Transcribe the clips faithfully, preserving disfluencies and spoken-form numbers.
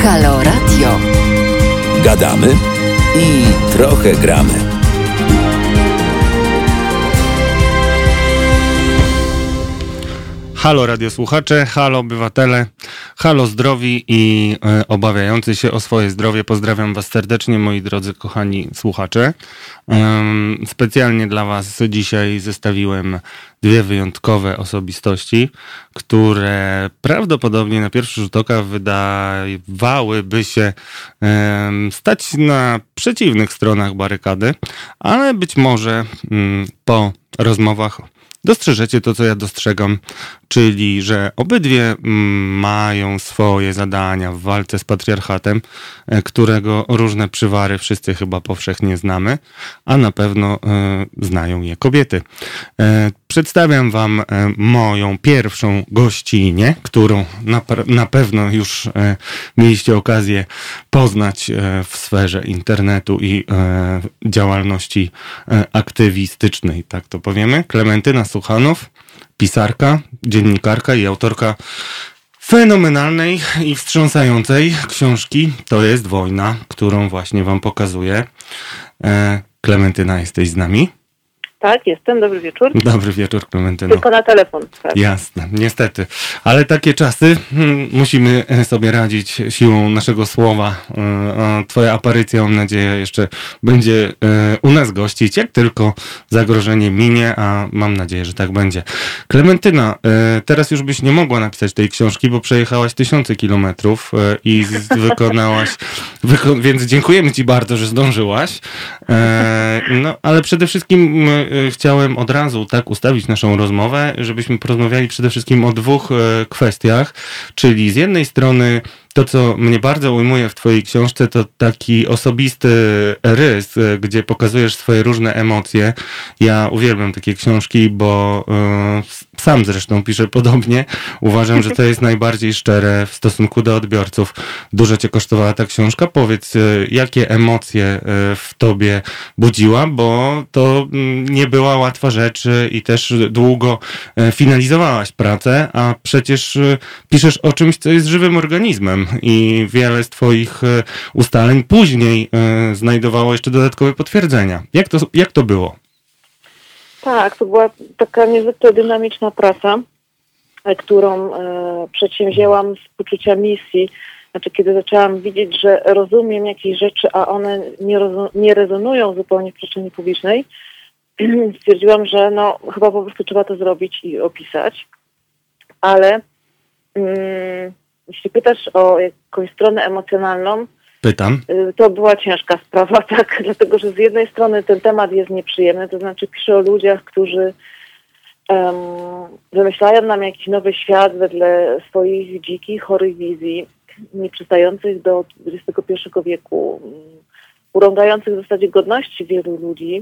Halo Radio. Gadamy i trochę gramy. Halo radiosłuchacze, halo obywatele, halo zdrowi i e, obawiający się o swoje zdrowie. Pozdrawiam was serdecznie, moi drodzy, kochani słuchacze. Um, specjalnie dla was dzisiaj zestawiłem dwie wyjątkowe osobistości, które prawdopodobnie na pierwszy rzut oka wydawałyby się um, stać na przeciwnych stronach barykady, ale być może um, po rozmowach dostrzeżecie to, co ja dostrzegam, czyli że obydwie mają swoje zadania w walce z patriarchatem, którego różne przywary wszyscy chyba powszechnie znamy, a na pewno e, znają je kobiety. E, przedstawiam wam e, moją pierwszą gościnię, którą na, na pewno już e, mieliście okazję poznać e, w sferze internetu i e, działalności e, aktywistycznej, tak to powiemy. Klementyna Suchanow, pisarka, dziennikarka i autorka fenomenalnej i wstrząsającej książki To jest wojna, którą właśnie wam pokazuję. E, Klementyna, jesteś z nami? Tak, jestem. Dobry wieczór. Dobry wieczór, Klementyno. Tylko na telefon. Tak. Jasne, niestety. Ale takie czasy hmm, musimy sobie radzić siłą naszego słowa. E, twoja aparycja, mam nadzieję, jeszcze będzie e, u nas gościć, jak tylko zagrożenie minie, a mam nadzieję, że tak będzie. Klementyna, e, teraz już byś nie mogła napisać tej książki, bo przejechałaś tysiące kilometrów e, i z, wykonałaś, wyko- więc dziękujemy ci bardzo, że zdążyłaś. E, no, ale przede wszystkim e, chciałem od razu tak ustawić naszą rozmowę, żebyśmy porozmawiali przede wszystkim o dwóch e, kwestiach, czyli z jednej strony to, co mnie bardzo ujmuje w twojej książce, to taki osobisty rys, gdzie pokazujesz swoje różne emocje. Ja uwielbiam takie książki, bo y, sam zresztą piszę podobnie. Uważam, że to jest najbardziej szczere w stosunku do odbiorców. Dużo cię kosztowała ta książka. Powiedz, y, jakie emocje y, w tobie budziła, bo to y, nie była łatwa rzecz i też długo y, finalizowałaś pracę, a przecież y, piszesz o czymś, co jest żywym organizmem. I wiele z twoich ustaleń później y, znajdowało jeszcze dodatkowe potwierdzenia. Jak to, jak to było? Tak, to była taka niezwykle dynamiczna praca, którą e, przedsięwzięłam z poczucia misji. Znaczy, kiedy zaczęłam widzieć, że rozumiem jakieś rzeczy, a one nie, roz, nie rezonują zupełnie w przestrzeni publicznej, stwierdziłam, że no chyba po prostu trzeba to zrobić i opisać. Ale mm, jeśli pytasz o jakąś stronę emocjonalną, Pytam. To była ciężka sprawa, tak, dlatego że z jednej strony ten temat jest nieprzyjemny, to znaczy piszę o ludziach, którzy um, wymyślają nam jakiś nowy świat wedle swoich dzikich, chorych wizji, nieprzystających do dwudziestego pierwszego wieku, urągających w zasadzie godności wielu ludzi,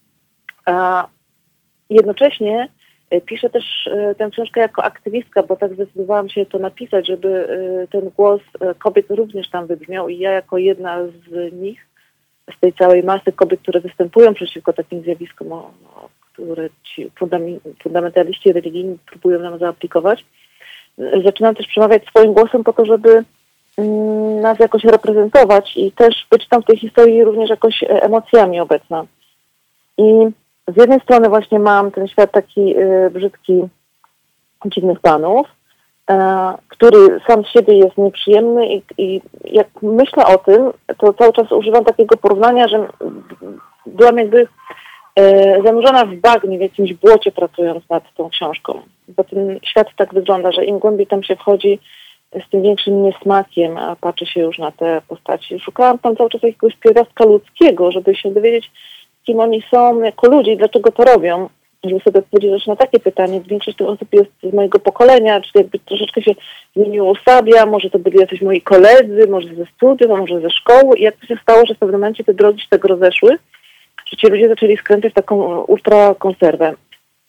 a jednocześnie piszę też tę książkę jako aktywistka, bo tak zdecydowałam się to napisać, żeby ten głos kobiet również tam wybrzmiał i ja jako jedna z nich, z tej całej masy kobiet, które występują przeciwko takim zjawiskom, o, o, które ci fundam- fundamentaliści religijni próbują nam zaaplikować, zaczynam też przemawiać swoim głosem po to, żeby mm, nas jakoś reprezentować i też być tam w tej historii również jakoś emocjami obecna. I z jednej strony właśnie mam ten świat taki y, brzydki, dziwnych panów, y, który sam z siebie jest nieprzyjemny i, i jak myślę o tym, to cały czas używam takiego porównania, że byłam jakby y, zanurzona w bagnie, w jakimś błocie pracując nad tą książką. Bo ten świat tak wygląda, że im głębiej tam się wchodzi, z tym większym niesmakiem, a patrzy się już na te postaci. Szukałam tam cały czas jakiegoś pierwiastka ludzkiego, żeby się dowiedzieć, kim oni są jako ludzie i dlaczego to robią. Żeby sobie odpowiedzieć na takie pytanie. Większość tych osób jest z mojego pokolenia, czyli jakby troszeczkę się zmieniło usabia, może to byli jacyś moi koledzy, może ze studiów, a może ze szkoły. I jak to się stało, że w pewnym momencie te drogi się tak rozeszły, że ci ludzie zaczęli skręcać w taką ultrakonserwę.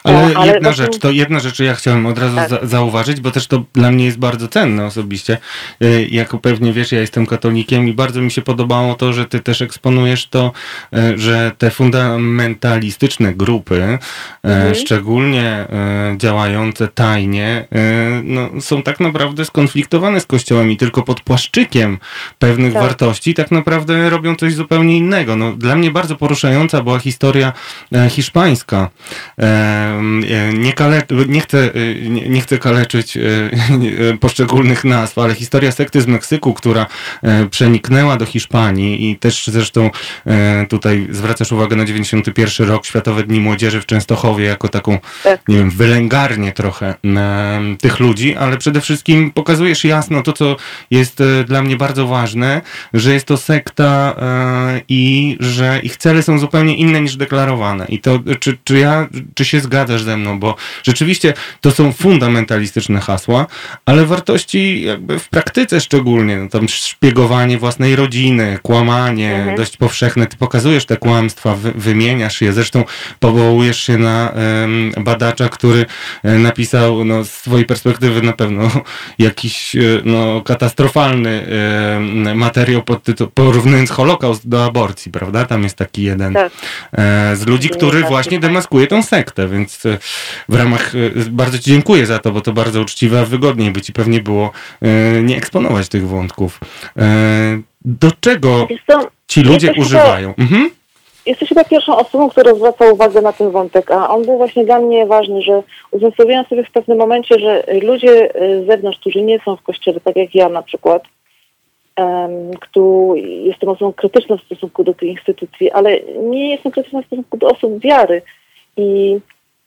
Ale, ale jedna właśnie- rzecz, to jedna rzecz, ja chciałem od razu Tak. za, zauważyć, bo też to dla mnie jest bardzo cenne osobiście. Y, Jako pewnie wiesz, ja jestem katolikiem i bardzo mi się podobało to, że ty też eksponujesz to, y, że te fundamentalistyczne grupy, y, Mhm. szczególnie y, działające tajnie, y, no, są tak naprawdę skonfliktowane z Kościołem i tylko pod płaszczykiem pewnych Tak. wartości tak naprawdę robią coś zupełnie innego. No, dla mnie bardzo poruszająca była historia e, hiszpańska. E, e, nie, kale, nie, chcę, e, nie, nie chcę kaleczyć e, e, poszczególnych nazw, ale historia sekty z Meksyku, która e, przeniknęła do Hiszpanii i też zresztą e, tutaj zwracasz uwagę na dziewięćdziesiąty pierwszy rok, Światowe Dni Młodzieży w Częstochowie, jako taką, Tak. nie wiem, wylęgarnię trochę e, tych ludzi, ale przede wszystkim pokazujesz jasno to, co jest e, dla mnie bardzo ważne, że jest to sekta e, i że ich cele są zupełnie inne niż deklarowane. I to, czy, czy ja, czy się zgadzasz ze mną, bo rzeczywiście to są fundamentalistyczne hasła, ale wartości jakby w praktyce szczególnie, no tam szpiegowanie własnej rodziny, kłamanie, Mhm. dość powszechne, ty pokazujesz te kłamstwa, wy, wymieniasz je, zresztą powołujesz się na em, badacza, który e, napisał, no z twojej perspektywy na pewno jakiś e, no, katastrofalny e, materiał pod tytuł, porównując Holokaust do aborcji, prawda? Tam jest taki jeden Tak. e, z ludzi, Nie, który tak, właśnie tak. demaskuje tą sektę, więc e, w ramach, e, bardzo ci dziękuję za to, bo to bardzo uczciwe, a wygodniej by ci pewnie było e, nie eksponować tych wątków. E, do czego Wiesz co, ci ludzie jesteś używają? Mhm. Jesteś chyba pierwszą osobą, która zwraca uwagę na ten wątek, a on był właśnie dla mnie ważny, że uzmysłowiłam sobie w pewnym momencie, że ludzie z zewnątrz, którzy nie są w kościele, tak jak ja na przykład, um, kto, jestem osobą krytyczną w stosunku do tej instytucji, ale nie jestem krytyczna w stosunku do osób wiary. I,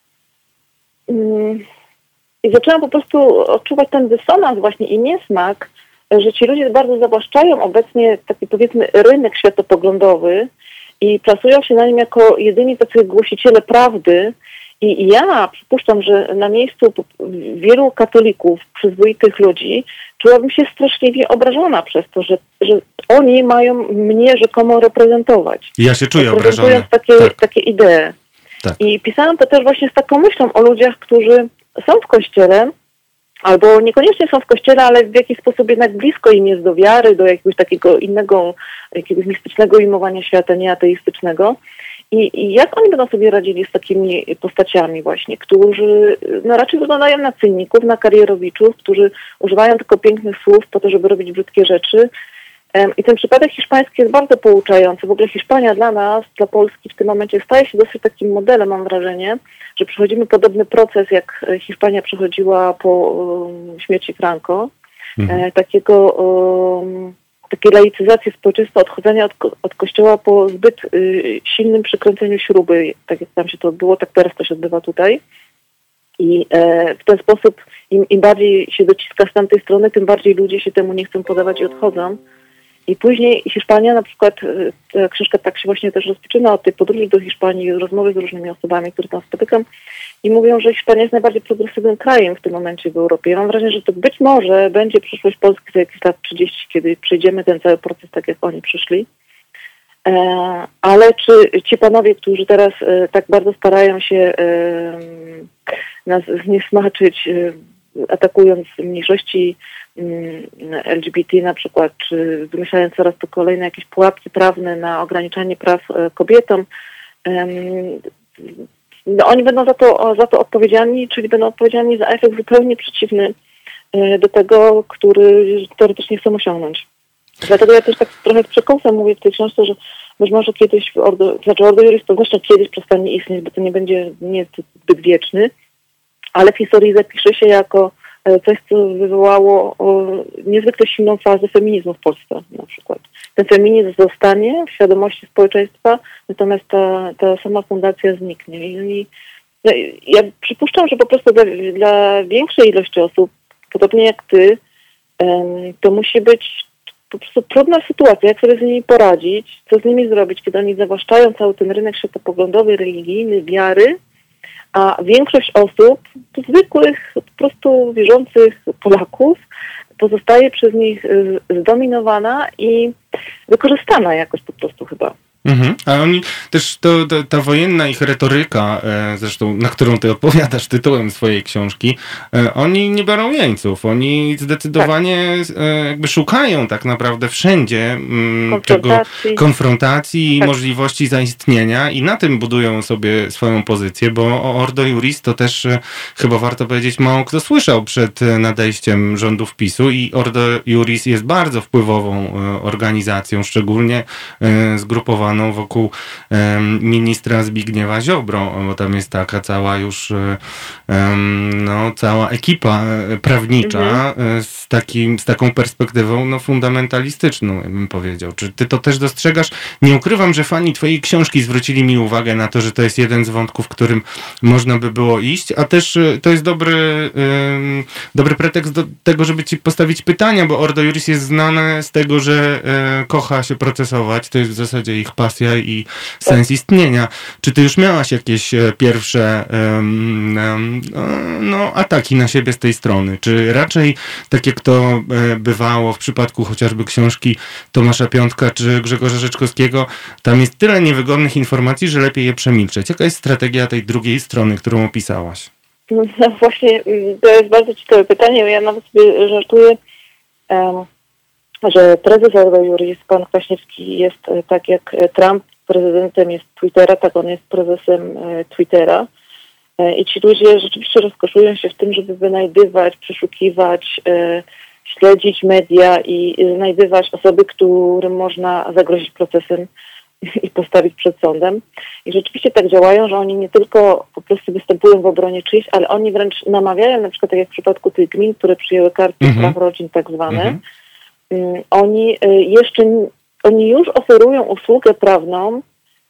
um, i zaczęłam po prostu odczuwać ten dysonans właśnie i niesmak, że ci ludzie bardzo zawłaszczają obecnie taki, powiedzmy, rynek światopoglądowy i plasują się na nim jako jedyni tacy głosiciele prawdy. I ja przypuszczam, że na miejscu wielu katolików, przyzwoitych ludzi, czułabym się straszliwie obrażona przez to, że, że oni mają mnie rzekomo reprezentować. Ja się czuję obrażony. Reprezentując takie, Tak. takie idee. Tak. I pisałam to też właśnie z taką myślą o ludziach, którzy są w kościele, albo niekoniecznie są w kościele, ale w jakiś sposób jednak blisko im jest do wiary, do jakiegoś takiego innego, jakiegoś mistycznego ujmowania świata, nieateistycznego. I, I jak oni będą sobie radzili z takimi postaciami właśnie, którzy no raczej wyglądają na cyników, na karierowiczów, którzy używają tylko pięknych słów po to, żeby robić brzydkie rzeczy. Um, I ten przypadek hiszpański jest bardzo pouczający. W ogóle Hiszpania dla nas, dla Polski w tym momencie staje się dosyć takim modelem, mam wrażenie, że przechodzimy podobny proces, jak Hiszpania przechodziła po um, śmierci Franco. Mhm. E, takiego... Um, takiej laicyzacji społeczeństwa, odchodzenia od, ko- od kościoła po zbyt y, silnym przykręceniu śruby, tak jak tam się to odbyło, tak teraz to się odbywa tutaj. I e, w ten sposób im, im bardziej się dociska z tamtej strony, tym bardziej ludzie się temu nie chcą podawać i odchodzą. I później Hiszpania, na przykład, ta książka tak się właśnie też rozpoczyna od tej podróży do Hiszpanii, rozmowy z różnymi osobami, które tam spotykam i mówią, że Hiszpania jest najbardziej progresywnym krajem w tym momencie w Europie. Ja mam wrażenie, że to być może będzie przyszłość Polski za jakieś lat trzydzieści, kiedy przejdziemy ten cały proces tak, jak oni przyszli. E, ale czy ci panowie, którzy teraz e, tak bardzo starają się e, nas zniesmaczyć, e, atakując mniejszości L G B T na przykład, czy wymyślając coraz to kolejne jakieś pułapki prawne na ograniczanie praw kobietom, no oni będą za to, za to odpowiedzialni, czyli będą odpowiedzialni za efekt zupełnie przeciwny do tego, który teoretycznie chcą osiągnąć. Dlatego ja też tak trochę z przekąsem mówię w tej książce, że być może kiedyś, ordo, znaczy Ordo Iuris z pewnością kiedyś przestanie istnieć, bo to nie będzie, nie jest zbyt wieczny, ale w historii zapisze się jako coś, co wywołało o, niezwykle silną fazę feminizmu w Polsce na przykład. Ten feminizm zostanie w świadomości społeczeństwa, natomiast ta, ta sama fundacja zniknie. I, ja, ja przypuszczam, że po prostu dla, dla większej ilości osób, podobnie jak ty, um, to musi być po prostu trudna sytuacja, jak sobie z nimi poradzić, co z nimi zrobić, kiedy oni zawłaszczają cały ten rynek światopoglądowy, religijny, wiary, a większość osób, zwykłych, po prostu wierzących Polaków, pozostaje przez nich zdominowana i wykorzystana jakoś po prostu chyba. Mhm. A oni też, to, to, ta wojenna ich retoryka, e, zresztą na którą ty odpowiadasz tytułem swojej książki, e, oni nie biorą jeńców. Oni zdecydowanie tak. e, jakby szukają tak naprawdę wszędzie m, konfrontacji, tego, konfrontacji i tak. możliwości zaistnienia i na tym budują sobie swoją pozycję, bo o Ordo Iuris to też e, chyba warto powiedzieć, mało kto słyszał przed nadejściem rządów PiSu i Ordo Iuris jest bardzo wpływową e, organizacją, szczególnie e, zgrupowaną wokół um, ministra Zbigniewa Ziobro, bo tam jest taka cała już um, no, cała ekipa prawnicza mhm. z, takim, z taką perspektywą no, fundamentalistyczną, ja bym powiedział. Czy ty to też dostrzegasz? Nie ukrywam, że fani twojej książki zwrócili mi uwagę na to, że to jest jeden z wątków, którym można by było iść, a też to jest dobry, um, dobry pretekst do tego, żeby ci postawić pytania, bo Ordo Iuris jest znane z tego, że um, kocha się procesować, to jest w zasadzie ich pasja i sens istnienia. Czy ty już miałaś jakieś pierwsze um, um, no, ataki na siebie z tej strony? Czy raczej, tak jak to bywało w przypadku chociażby książki Tomasza Piątka czy Grzegorza Rzeczkowskiego, tam jest tyle niewygodnych informacji, że lepiej je przemilczeć. Jaka jest strategia tej drugiej strony, którą opisałaś? No właśnie, to jest bardzo ciekawe pytanie. Ja nawet sobie żartuję, um, że prezes Ordo Iuris, pan Kwaśniewski, jest tak jak Trump prezydentem jest Twittera, tak on jest prezesem Twittera. I ci ludzie rzeczywiście rozkoszują się w tym, żeby wynajdywać, przeszukiwać, śledzić media i znajdywać osoby, którym można zagrozić procesem i postawić przed sądem. I rzeczywiście tak działają, że oni nie tylko po prostu występują w obronie czyjś, ale oni wręcz namawiają, na przykład tak jak w przypadku tych gmin, które przyjęły karty mm-hmm. praw rodzin tak zwane, mm-hmm. Oni jeszcze, oni już oferują usługę prawną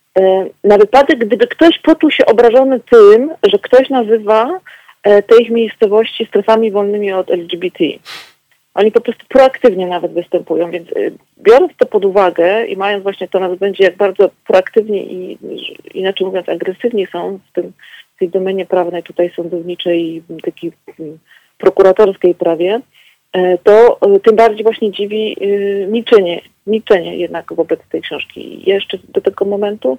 na wypadek, gdyby ktoś poczuł się obrażony tym, że ktoś nazywa te ich miejscowości strefami wolnymi od L G B T. Oni po prostu proaktywnie nawet występują, więc biorąc to pod uwagę i mając właśnie to nawet będzie, jak bardzo proaktywnie i inaczej mówiąc agresywnie są w tym, w tej domenie prawnej, tutaj sądowniczej i takiej prokuratorskiej prawie, to tym bardziej właśnie dziwi milczenie, milczenie jednak wobec tej książki. Jeszcze do tego momentu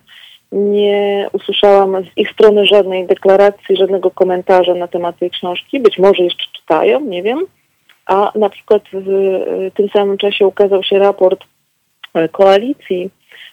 nie usłyszałam z ich strony żadnej deklaracji, żadnego komentarza na temat tej książki. Być może jeszcze czytają, nie wiem. A na przykład w tym samym czasie ukazał się raport koalicji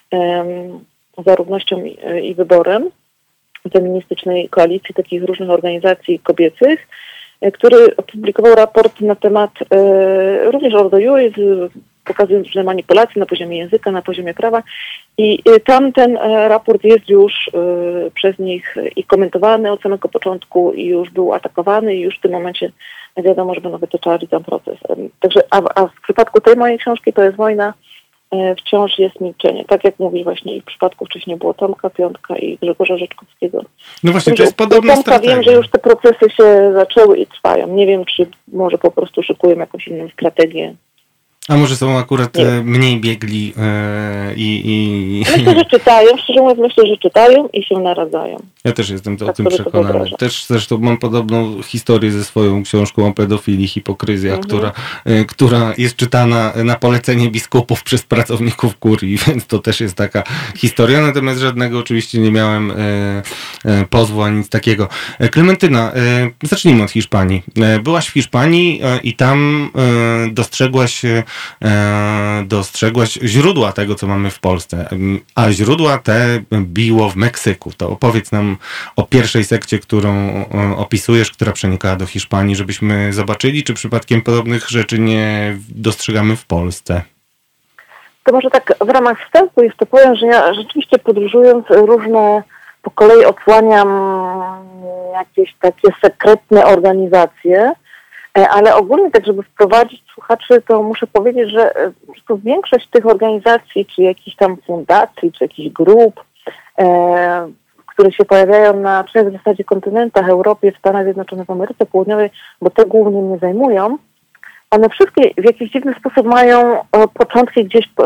um, za równością i, i wyborem, feministycznej koalicji takich różnych organizacji kobiecych, który opublikował raport na temat e, również Ordo Iuris, pokazując różne manipulacje na poziomie języka, na poziomie prawa i e, tam ten e, raport jest już e, przez nich i komentowany od samego początku i już był atakowany i już w tym momencie wiadomo, że będą wytoczali tam proces. E, także, a, a w przypadku tej mojej książki To jest wojna, e, wciąż jest milczenie. Tak jak mówisz właśnie i w przypadku wcześniej było Tomka Piątka i Grzegorza Rzeczkowskiego. No właśnie, to jest podobna strategia. Wiem, że już te procesy się zaczęły i trwają. Nie wiem, czy może po prostu szykują jakąś inną strategię. A może są akurat nie. mniej biegli yy, i... Myślę, że czytają. Szczerze mówiąc, myślę, że czytają i się naradzają. Ja też jestem tak o tym przekonany. Też zresztą mam podobną historię ze swoją książką o pedofilii, hipokryzja, mhm. która, y, która jest czytana na polecenie biskupów przez pracowników kurii, więc to też jest taka historia. Natomiast żadnego oczywiście nie miałem y, y, pozwu ani nic takiego. Klementyna, y, zacznijmy od Hiszpanii. Y, byłaś w Hiszpanii y, i tam y, dostrzegłaś dostrzegłaś źródła tego, co mamy w Polsce, a źródła te biło w Meksyku. To opowiedz nam o pierwszej sekcie, którą opisujesz, która przenikała do Hiszpanii, żebyśmy zobaczyli, czy przypadkiem podobnych rzeczy nie dostrzegamy w Polsce. To może tak w ramach wstępu jeszcze powiem, że ja rzeczywiście podróżując różne, po kolei odsłaniam jakieś takie sekretne organizacje, ale ogólnie tak, żeby wprowadzić słuchaczy, to muszę powiedzieć, że większość tych organizacji, czy jakichś tam fundacji, czy jakichś grup, e, które się pojawiają na trzech w zasadzie kontynentach, Europie, w Stanach Zjednoczonych, w Ameryce Południowej, bo te głównie mnie zajmują, one wszystkie w jakiś dziwny sposób mają e, początki gdzieś e,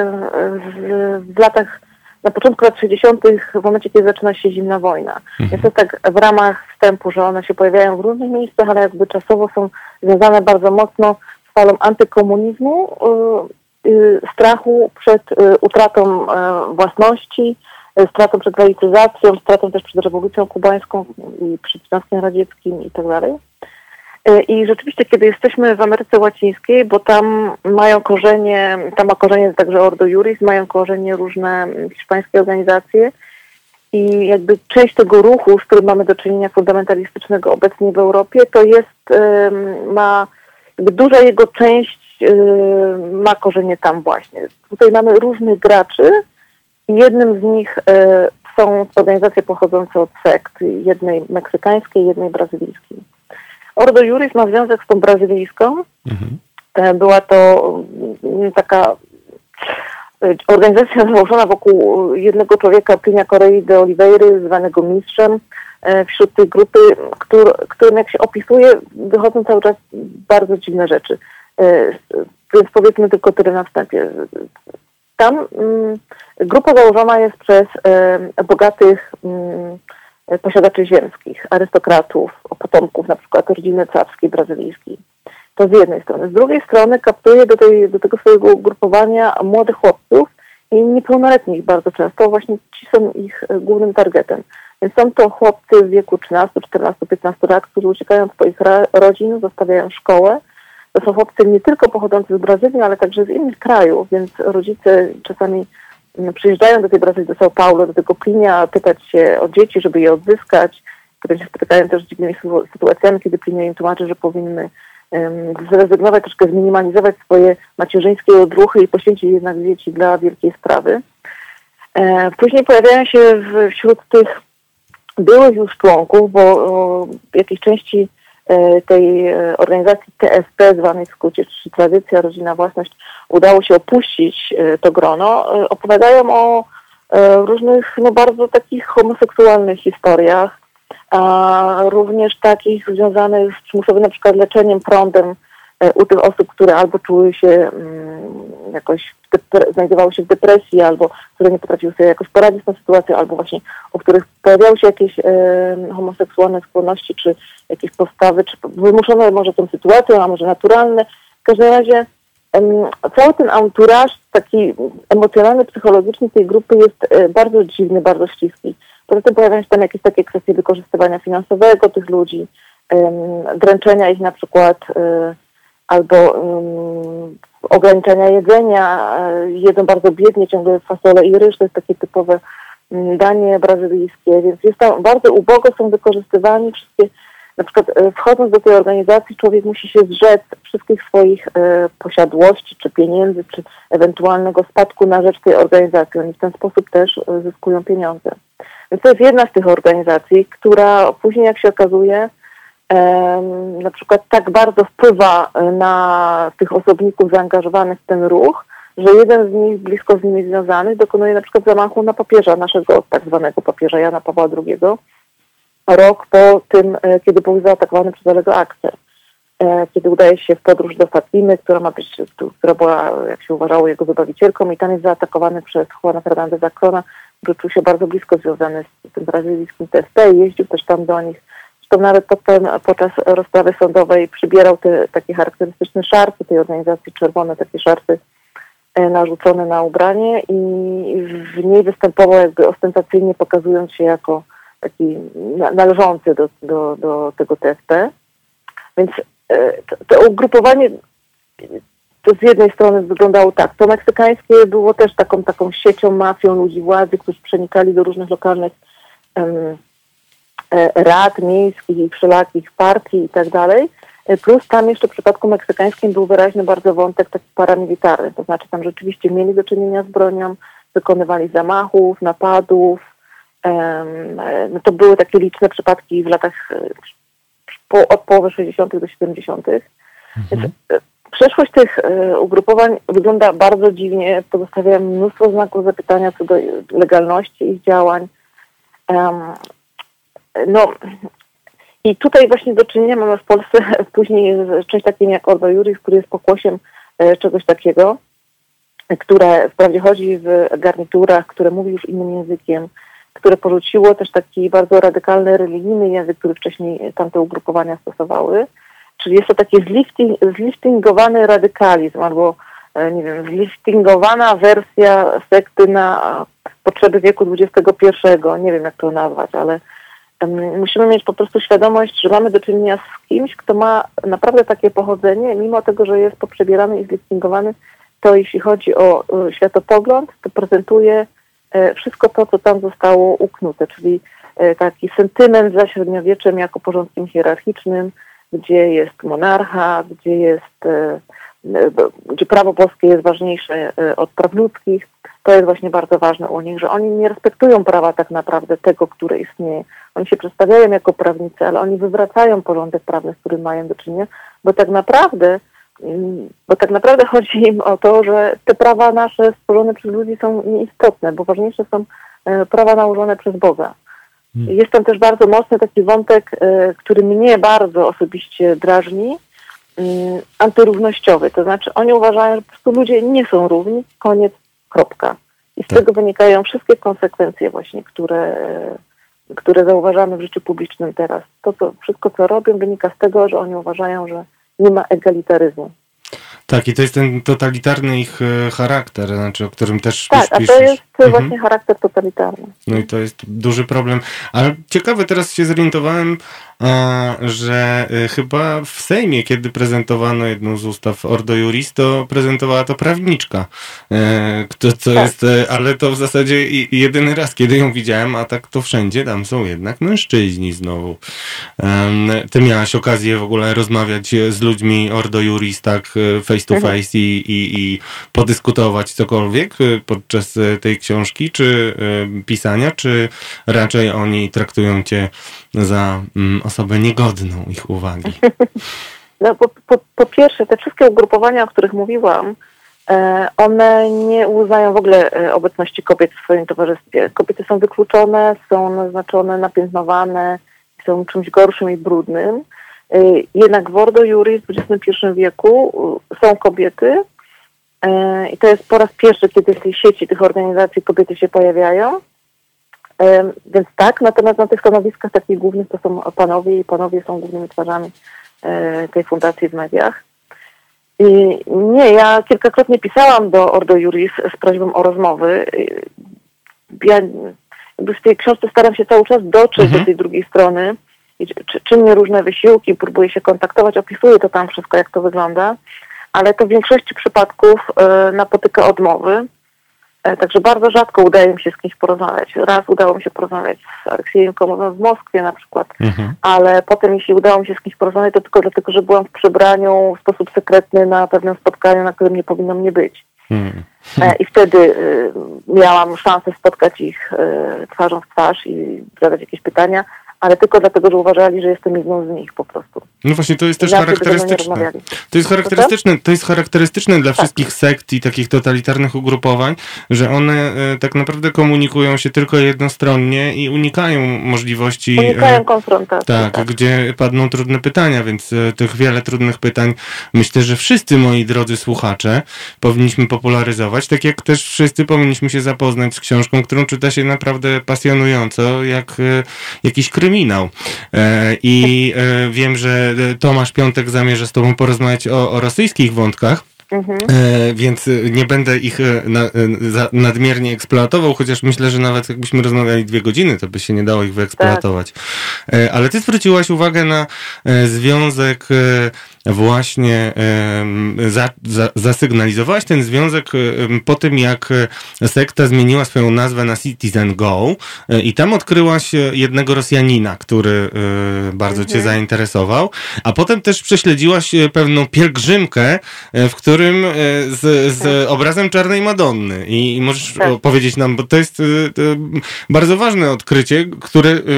w, w latach, na początku lat sześćdziesiątych, w momencie, kiedy zaczyna się zimna wojna. Mhm. Jest to tak w ramach wstępu, że one się pojawiają w różnych miejscach, ale jakby czasowo są związane bardzo mocno z falą antykomunizmu strachu przed utratą własności, stratą przed laicyzacją, stratą też przed rewolucją kubańską i przed Związkiem Radzieckim i tak dalej. I rzeczywiście, kiedy jesteśmy w Ameryce Łacińskiej, bo tam mają korzenie, tam ma korzenie także Ordo Iuris, mają korzenie różne hiszpańskie organizacje i jakby część tego ruchu, z którym mamy do czynienia fundamentalistycznego obecnie w Europie, to jest, ma, jakby duża jego część ma korzenie tam właśnie. Tutaj mamy różnych graczy i jednym z nich są organizacje pochodzące od sekt, jednej meksykańskiej, jednej brazylijskiej. Ordo Iuris ma związek z tą brazylijską. Mhm. Była to taka organizacja założona wokół jednego człowieka, Plinia Corei de Oliveira, zwanego mistrzem. Wśród tej grupy, który, którym jak się opisuje, wychodzą cały czas bardzo dziwne rzeczy. Więc powiedzmy tylko tyle na wstępie. Tam mm, grupa założona jest przez e, bogatych mm, posiadaczy ziemskich, arystokratów, potomków na przykład rodziny carskiej, brazylijskiej. To z jednej strony. Z drugiej strony kaptuje do, tej, do tego swojego ugrupowania młodych chłopców i niepełnoletnich bardzo często. Właśnie ci są ich głównym targetem. Więc są to chłopcy w wieku trzynastu, czternastu, piętnastu lat, którzy uciekają od swoich rodzin, zostawiają szkołę. To są chłopcy nie tylko pochodzący z Brazylii, ale także z innych krajów, więc rodzice czasami przyjeżdżają do tej Brazylii, do São Paulo, do tego Plinia, pytać się o dzieci, żeby je odzyskać. Potem się spotykają też z dziwnymi sytuacjami, kiedy Plinio im tłumaczy, że powinny um, zrezygnować, troszkę zminimalizować swoje macierzyńskie odruchy i poświęcić jednak dzieci dla wielkiej sprawy. E, później pojawiają się w, wśród tych byłych już członków, bo o, w jakiejś części e, tej e, organizacji T S P, zwanej w skrócie, czyli Tradycja, Rodzina, Własność, udało się opuścić e, to grono, e, opowiadają o e, różnych, no bardzo takich homoseksualnych historiach, a również takich związanych z przymusowym na przykład leczeniem prądem e, u tych osób, które albo czuły się mm, jakoś, depre- znajdowały się w depresji, albo które nie potrafiły sobie jakoś poradzić z tą sytuacją, albo właśnie u których pojawiały się jakieś e, homoseksualne skłonności, czy jakieś postawy, czy wymuszone może tą sytuacją, a może naturalne. W każdym razie cały ten anturaż taki emocjonalny, psychologiczny tej grupy jest bardzo dziwny, bardzo śliski. Poza tym pojawiają się tam jakieś takie kwestie wykorzystywania finansowego tych ludzi, dręczenia ich na przykład, albo ograniczania jedzenia. Jedzą bardzo biednie, ciągle fasole i ryż, to jest takie typowe danie brazylijskie, więc jest tam bardzo ubogo, są wykorzystywani wszystkie. Na przykład wchodząc do tej organizacji człowiek musi się zrzec wszystkich swoich e, posiadłości, czy pieniędzy, czy ewentualnego spadku na rzecz tej organizacji. Oni w ten sposób też e, zyskują pieniądze. Więc to jest jedna z tych organizacji, która później, jak się okazuje, e, na przykład tak bardzo wpływa na tych osobników zaangażowanych w ten ruch, że jeden z nich, blisko z nimi związanych, dokonuje na przykład zamachu na papieża, naszego tak zwanego papieża Jana Pawła drugiego, rok po tym, kiedy był zaatakowany przez Alego Aksę. Kiedy udaje się w podróż do Fatimy, która ma być, która była, jak się uważało, jego wybawicielką, i tam jest zaatakowany przez Juana Fernandeza Crona, który czuł się bardzo blisko związany z tym brazylijskim T S P i jeździł też tam do nich. Zresztą nawet potem, podczas rozprawy sądowej przybierał te takie charakterystyczne szarfy tej organizacji, czerwone takie szarfy narzucone na ubranie, i w niej występował jakby ostentacyjnie, pokazując się jako taki należący do, do, do tego T S P. Więc to, to ugrupowanie to z jednej strony wyglądało tak. To meksykańskie było też taką taką siecią, mafią ludzi władzy, którzy przenikali do różnych lokalnych um, rad miejskich i wszelakich partii i tak dalej. Plus tam jeszcze w przypadku meksykańskim był wyraźny bardzo wątek taki paramilitarny. To znaczy tam rzeczywiście mieli do czynienia z bronią, wykonywali zamachów, napadów. No to były takie liczne przypadki w latach po, od połowy sześćdziesiątych do siedemdziesiątych. Mhm. Więc przeszłość tych ugrupowań wygląda bardzo dziwnie. Pozostawiają mnóstwo znaków zapytania co do legalności ich działań. No i tutaj właśnie do czynienia mamy w Polsce później z czymś takim jak Ordo Iuris, który jest pokłosiem czegoś takiego, które wprawdzie chodzi w garniturach, które mówi już innym językiem, które porzuciło też taki bardzo radykalny, religijny język, który wcześniej tamte ugrupowania stosowały. Czyli jest to taki zlifting, zliftingowany radykalizm, albo nie wiem, zlistingowana wersja sekty na potrzeby wieku dwudziestego pierwszego. Nie wiem, jak to nazwać, ale um, musimy mieć po prostu świadomość, że mamy do czynienia z kimś, kto ma naprawdę takie pochodzenie, mimo tego, że jest poprzebierany i zlistingowany, to jeśli chodzi o y, światopogląd, to prezentuje y, wszystko to, co tam zostało uknute, czyli y, taki sentyment za średniowieczem jako porządkiem hierarchicznym, gdzie jest monarcha, gdzie jest y, gdzie prawo boskie jest ważniejsze od praw ludzkich. To jest właśnie bardzo ważne u nich, że oni nie respektują prawa tak naprawdę tego, które istnieje. Oni się przedstawiają jako prawnicy, ale oni wywracają porządek prawny, z którym mają do czynienia, bo tak naprawdę bo tak naprawdę chodzi im o to, że te prawa nasze stworzone przez ludzi są nieistotne, bo ważniejsze są prawa nałożone przez Boga. Jest tam też bardzo mocny taki wątek, który mnie bardzo osobiście drażni, antyrównościowy. To znaczy oni uważają, że po prostu ludzie nie są równi, koniec, kropka. I z tak. tego wynikają wszystkie konsekwencje właśnie, które, które zauważamy w życiu publicznym teraz. To, co, wszystko, co robią, wynika z tego, że oni uważają, że nie ma egalitaryzmu. Tak, i to jest ten totalitarny ich charakter, znaczy, o którym też Tak, też a to jest mhm. właśnie charakter totalitarny. No i to jest duży problem. Ale ciekawe, teraz się zorientowałem, że chyba w Sejmie, kiedy prezentowano jedną z ustaw Ordo Iuris, to prezentowała to prawniczka. Kto, co tak. jest, ale to w zasadzie jedyny raz, kiedy ją widziałem, a tak to wszędzie, tam są jednak mężczyźni znowu. Ty miałaś okazję w ogóle rozmawiać z ludźmi Ordo Iuris tak face to face mhm. i, i, i podyskutować cokolwiek podczas tej książki, czy pisania, czy raczej oni traktują cię za mm, osobę niegodną ich uwagi? No, po, po, po pierwsze, te wszystkie ugrupowania, o których mówiłam, e, one nie uznają w ogóle e, obecności kobiet w swoim towarzystwie. Kobiety są wykluczone, są naznaczone, napiętnowane, są czymś gorszym i brudnym. E, jednak w Ordo Iuris w dwudziestym pierwszym wieku e, są kobiety e, i to jest po raz pierwszy, kiedy w tej sieci tych organizacji kobiety się pojawiają. Więc tak, natomiast na tych stanowiskach takich głównych to są panowie i panowie są głównymi twarzami tej fundacji w mediach. I nie, ja kilkakrotnie pisałam do Ordo Iuris z prośbą o rozmowy. Ja jakby w tej książce staram się cały czas dotrzeć mhm. do tej drugiej strony. I czy, czynię różne wysiłki, próbuję się kontaktować, opisuję to tam wszystko, jak to wygląda, ale to w większości przypadków y, napotyka odmowy. Także bardzo rzadko udaje mi się z kimś porozmawiać. Raz udało mi się porozmawiać z Aleksiejem Komowem w Moskwie na przykład, mhm. ale potem jeśli udało mi się z kimś porozmawiać, to tylko dlatego, że byłam w przebraniu w sposób sekretny na pewnym spotkaniu, na którym nie powinno mnie być. Mhm. I wtedy y, miałam szansę spotkać ich y, twarzą w twarz i zadać jakieś pytania, ale tylko dlatego, że uważali, że jestem jedną z nich po prostu. No właśnie, to jest też Zawsze charakterystyczne. To jest charakterystyczne, to jest charakterystyczne dla tak. wszystkich sekt i takich totalitarnych ugrupowań, że one e, tak naprawdę komunikują się tylko jednostronnie i unikają możliwości... Unikają konfrontacji. Tak, tak, gdzie padną trudne pytania, więc e, tych wiele trudnych pytań myślę, że wszyscy, moi drodzy słuchacze, powinniśmy popularyzować, tak jak też wszyscy powinniśmy się zapoznać z książką, którą czyta się naprawdę pasjonująco, jak e, jakiś kryminał. E, I e, wiem, że Tomasz Piątek zamierza z tobą porozmawiać o, o rosyjskich wątkach. Mhm. E, więc nie będę ich na, za, nadmiernie eksploatował, chociaż myślę, że nawet jakbyśmy rozmawiali dwie godziny, to by się nie dało ich wyeksploatować. Tak. E, ale ty zwróciłaś uwagę na e, związek e, właśnie e, za, za, zasygnalizowałaś ten związek e, po tym, jak sekta zmieniła swoją nazwę na Citizen Go e, i tam odkryłaś jednego Rosjanina, który e, bardzo mhm. cię zainteresował, a potem też prześledziłaś pewną pielgrzymkę, w której Z, z obrazem Czarnej Madonny. I możesz tak. powiedzieć nam, bo to jest y, y, bardzo ważne odkrycie, które y,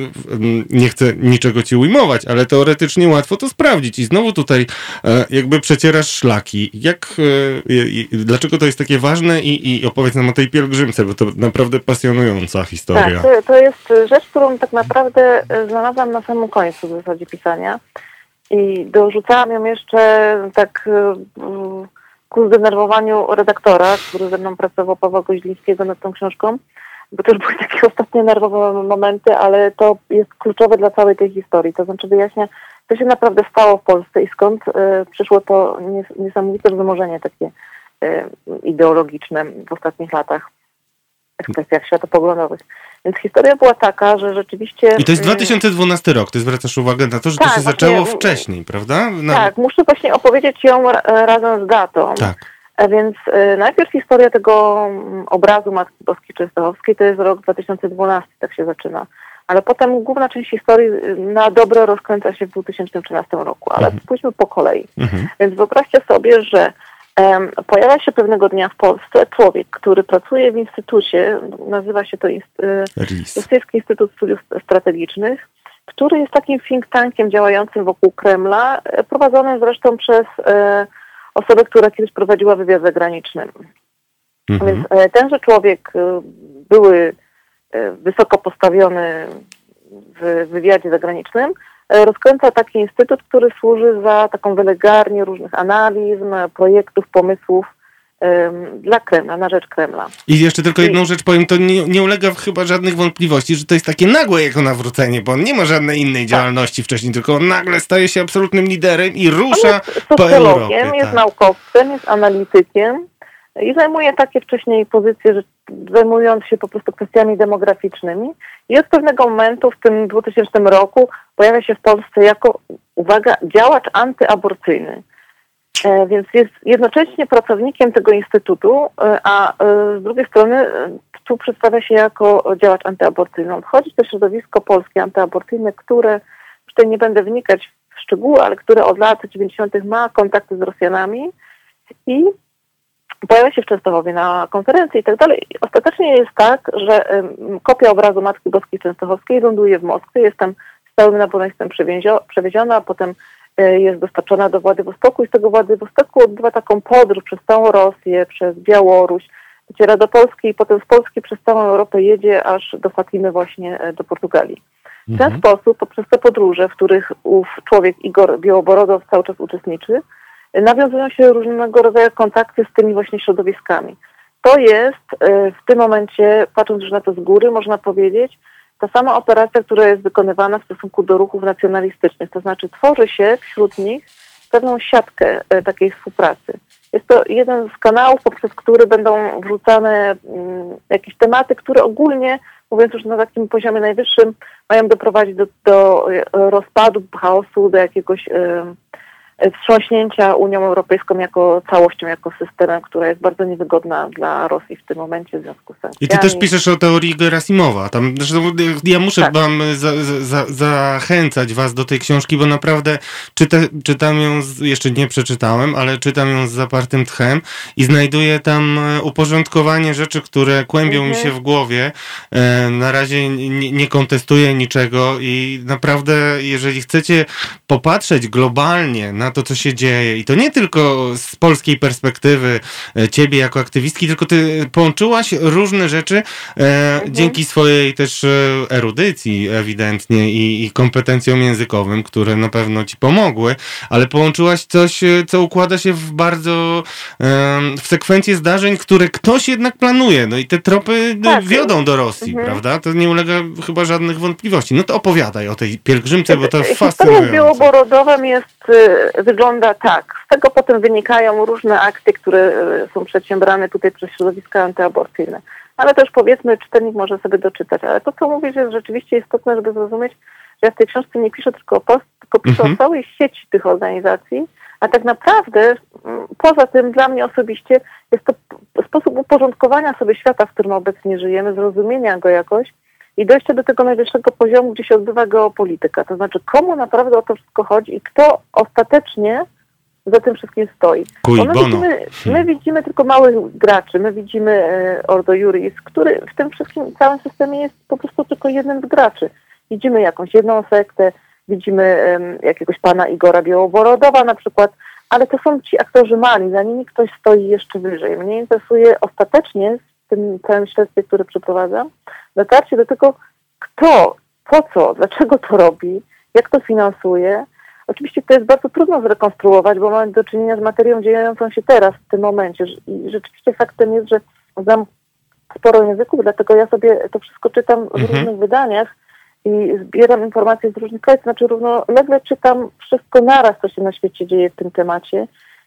y, nie chcę niczego ci ujmować, ale teoretycznie łatwo to sprawdzić. I znowu tutaj y, jakby przecierasz szlaki. Jak, y, y, dlaczego to jest takie ważne i, i opowiedz nam o tej pielgrzymce, bo to naprawdę pasjonująca historia. Tak, to, to jest rzecz, którą tak naprawdę znalazłam na samym końcu w zasadzie pisania. I dorzucałam ją jeszcze tak ku zdenerwowaniu redaktora, który ze mną pracował, Pawła Goźlińskiego nad tą książką, bo to już były takie ostatnie nerwowe momenty, ale to jest kluczowe dla całej tej historii. To znaczy wyjaśnia, co się naprawdę stało w Polsce i skąd y, przyszło to nies- niesamowite wzmożenie takie ideologiczne w ostatnich latach w kwestiach światopoglądowych. Więc historia była taka, że rzeczywiście... I to jest dwa tysiące dwunasty rok. Ty zwracasz uwagę na to, że tak, to się właśnie, zaczęło wcześniej, prawda? Na... Tak, muszę właśnie opowiedzieć ją razem z datą. Tak. A więc y, najpierw historia tego um, obrazu Matki Boskiej Częstochowskiej to jest rok dwa tysiące dwunasty, tak się zaczyna. Ale potem główna część historii na dobro rozkręca się w dwa tysiące trzynastym roku. Ale mhm. pójdźmy po kolei. Mhm. Więc wyobraźcie sobie, że um, pojawia się pewnego dnia w Polsce człowiek, który pracuje w instytucie, nazywa się to inst- Rosyjski Instytut Studiów Strategicznych, który jest takim think tankiem działającym wokół Kremla, prowadzonym zresztą przez e, osobę, która kiedyś prowadziła wywiad zagraniczny. Mhm. Więc e, tenże człowiek, e, były e, wysoko postawiony w wywiadzie zagranicznym, e, rozkręca taki instytut, który służy za taką welegarnię różnych analiz, projektów, pomysłów dla Kremla, na rzecz Kremla. I jeszcze tylko jedną I... rzecz powiem, to nie, nie ulega chyba żadnych wątpliwości, że to jest takie nagłe jego nawrócenie, bo on nie ma żadnej innej działalności tak. wcześniej, tylko on nagle staje się absolutnym liderem i rusza po Europie. Jest tak. naukowcem, jest analitykiem i zajmuje takie wcześniej pozycje, że zajmując się po prostu kwestiami demograficznymi i od pewnego momentu w tym dwutysięcznym roku pojawia się w Polsce jako, uwaga, działacz antyaborcyjny. E, więc jest jednocześnie pracownikiem tego instytutu, e, a e, z drugiej strony e, tu przedstawia się jako działacz antyaborcyjny. On wchodzi w to środowisko polskie antyaborcyjne, które, tutaj nie będę wnikać w szczegóły, ale które od lat dziewięćdziesiątych ma kontakty z Rosjanami i pojawia się w Częstochowie na konferencji i tak dalej. Ostatecznie jest tak, że e, kopia obrazu Matki Boskiej Częstochowskiej ląduje w Moskwie, jest tam stałym nabornictwem przewieziona, a potem jest dostarczona do Władywostoku i z tego Władywostoku odbywa taką podróż przez całą Rosję, przez Białoruś, dociera do Polski i potem z Polski przez całą Europę jedzie aż do Fatimy właśnie do Portugalii. W ten mhm. sposób, poprzez te podróże, w których ów człowiek Igor Białoborodow cały czas uczestniczy, nawiązują się różnego rodzaju kontakty z tymi właśnie środowiskami. To jest w tym momencie, patrząc już na to z góry, można powiedzieć, ta sama operacja, która jest wykonywana w stosunku do ruchów nacjonalistycznych, to znaczy tworzy się wśród nich pewną siatkę e, takiej współpracy. Jest to jeden z kanałów, poprzez który będą wrzucane m, jakieś tematy, które ogólnie, mówiąc już na takim poziomie najwyższym, mają doprowadzić do, do rozpadu, chaosu, do jakiegoś e, wstrząśnięcia Unią Europejską jako całością, jako systemem, która jest bardzo niewygodna dla Rosji w tym momencie w związku z sankcjami. I ty też piszesz o teorii Gerasimowa. Tam, zresztą ja muszę tak. wam za, za, zachęcać was do tej książki, bo naprawdę czyta, czytam ją, z, jeszcze nie przeczytałem, ale czytam ją z zapartym tchem i znajduję tam uporządkowanie rzeczy, które kłębią mhm. mi się w głowie. Na razie nie, nie kontestuję niczego i naprawdę, jeżeli chcecie popatrzeć globalnie na to, co się dzieje. I to nie tylko z polskiej perspektywy ciebie jako aktywistki, tylko ty połączyłaś różne rzeczy e, mhm. dzięki swojej też erudycji ewidentnie i, i kompetencjom językowym, które na pewno ci pomogły, ale połączyłaś coś, co układa się w bardzo e, w sekwencję zdarzeń, które ktoś jednak planuje. No i te tropy tak. wiodą do Rosji, mhm. prawda? To nie ulega chyba żadnych wątpliwości. No to opowiadaj o tej pielgrzymce, bo to fascynujące. Historia z Białoborodowem jest wygląda tak. Z tego potem wynikają różne akty, które są przedsiębrane tutaj przez środowiska antyaborcyjne. Ale też powiedzmy, czytelnik może sobie doczytać. Ale to, co mówisz, jest rzeczywiście istotne, żeby zrozumieć, że ja w tej książce nie piszę tylko o Polsce, tylko piszę mhm. o całej sieci tych organizacji, a tak naprawdę poza tym dla mnie osobiście jest to sposób uporządkowania sobie świata, w którym obecnie żyjemy, zrozumienia go jakoś i dojścia do tego najwyższego poziomu, gdzie się odbywa geopolityka. To znaczy, komu naprawdę o to wszystko chodzi i kto ostatecznie za tym wszystkim stoi. Cui my, bono. widzimy, my widzimy tylko małych graczy, my widzimy e, Ordo Iuris, który w tym wszystkim całym systemie jest po prostu tylko jednym z graczy. Widzimy jakąś jedną sektę, widzimy e, jakiegoś pana Igora Białoborodowa na przykład, ale to są ci aktorzy mali, za nimi ktoś stoi jeszcze wyżej. Mnie interesuje ostatecznie w tym całym śledztwie, które przeprowadzam, dotarcie do tego, kto, po co, dlaczego to robi, jak to finansuje. Oczywiście to jest bardzo trudno zrekonstruować, bo mamy do czynienia z materią dziejącą się teraz, w tym momencie. I rzeczywiście faktem jest, że znam sporo języków, dlatego ja sobie to wszystko czytam w mhm. różnych wydaniach i zbieram informacje z różnych krajów, znaczy równolegle czytam wszystko naraz, co się na świecie dzieje w tym temacie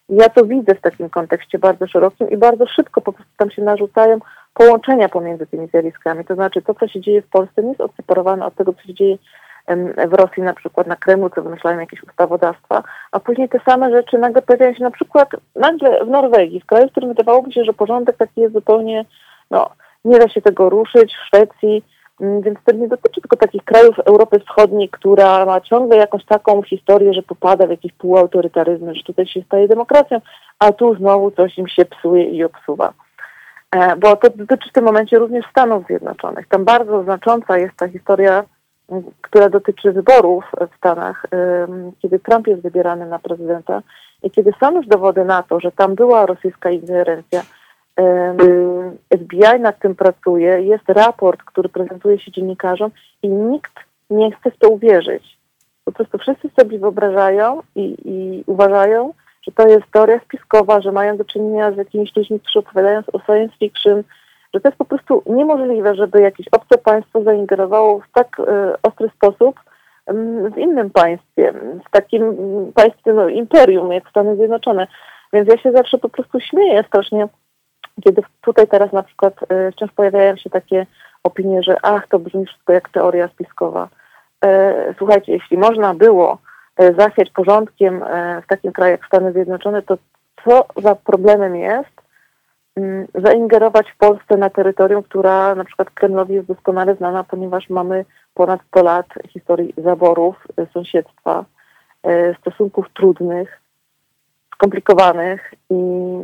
I ja to widzę w takim kontekście bardzo szerokim i bardzo szybko po prostu tam się narzucają połączenia pomiędzy tymi zjawiskami. To znaczy to, co się dzieje w Polsce, nie jest odseparowane od tego, co się dzieje w Rosji, na przykład na Kremlu, co wymyślają jakieś ustawodawstwa, a później te same rzeczy nagle pojawiają się na przykład nagle w Norwegii, w kraju, w którym wydawałoby się, że porządek taki jest zupełnie, no, nie da się tego ruszyć, w Szwecji, więc to nie dotyczy tylko takich krajów Europy Wschodniej, która ma ciągle jakąś taką historię, że popada w jakieś półautorytaryzmy, że tutaj się staje demokracją, a tu znowu coś im się psuje i obsuwa. Bo to dotyczy w tym momencie również Stanów Zjednoczonych. Tam bardzo znacząca jest ta historia, która dotyczy wyborów w Stanach, kiedy Trump jest wybierany na prezydenta i kiedy są już dowody na to, że tam była rosyjska ingerencja. F B I nad tym pracuje, jest raport, który prezentuje się dziennikarzom i nikt nie chce w to uwierzyć. Po prostu wszyscy sobie wyobrażają i, i uważają, że to jest teoria spiskowa, że mają do czynienia z jakimiś ludźmi, którzy opowiadają o science fiction, że to jest po prostu niemożliwe, żeby jakieś obce państwo zaingerowało w tak y, ostry sposób y, w innym państwie, w takim państwie, no, imperium, jak Stany Zjednoczone. Więc ja się zawsze po prostu śmieję strasznie, kiedy tutaj teraz na przykład y, wciąż pojawiają się takie opinie, że ach, to brzmi wszystko jak teoria spiskowa. Y, słuchajcie, jeśli można było y, zachwiać porządkiem y, w takim kraju jak Stany Zjednoczone, to co za problemem jest y, zaingerować w Polsce na terytorium, która na przykład Kremlowi jest doskonale znana, ponieważ mamy ponad sto lat historii zaborów, y, sąsiedztwa, y, stosunków trudnych, skomplikowanych i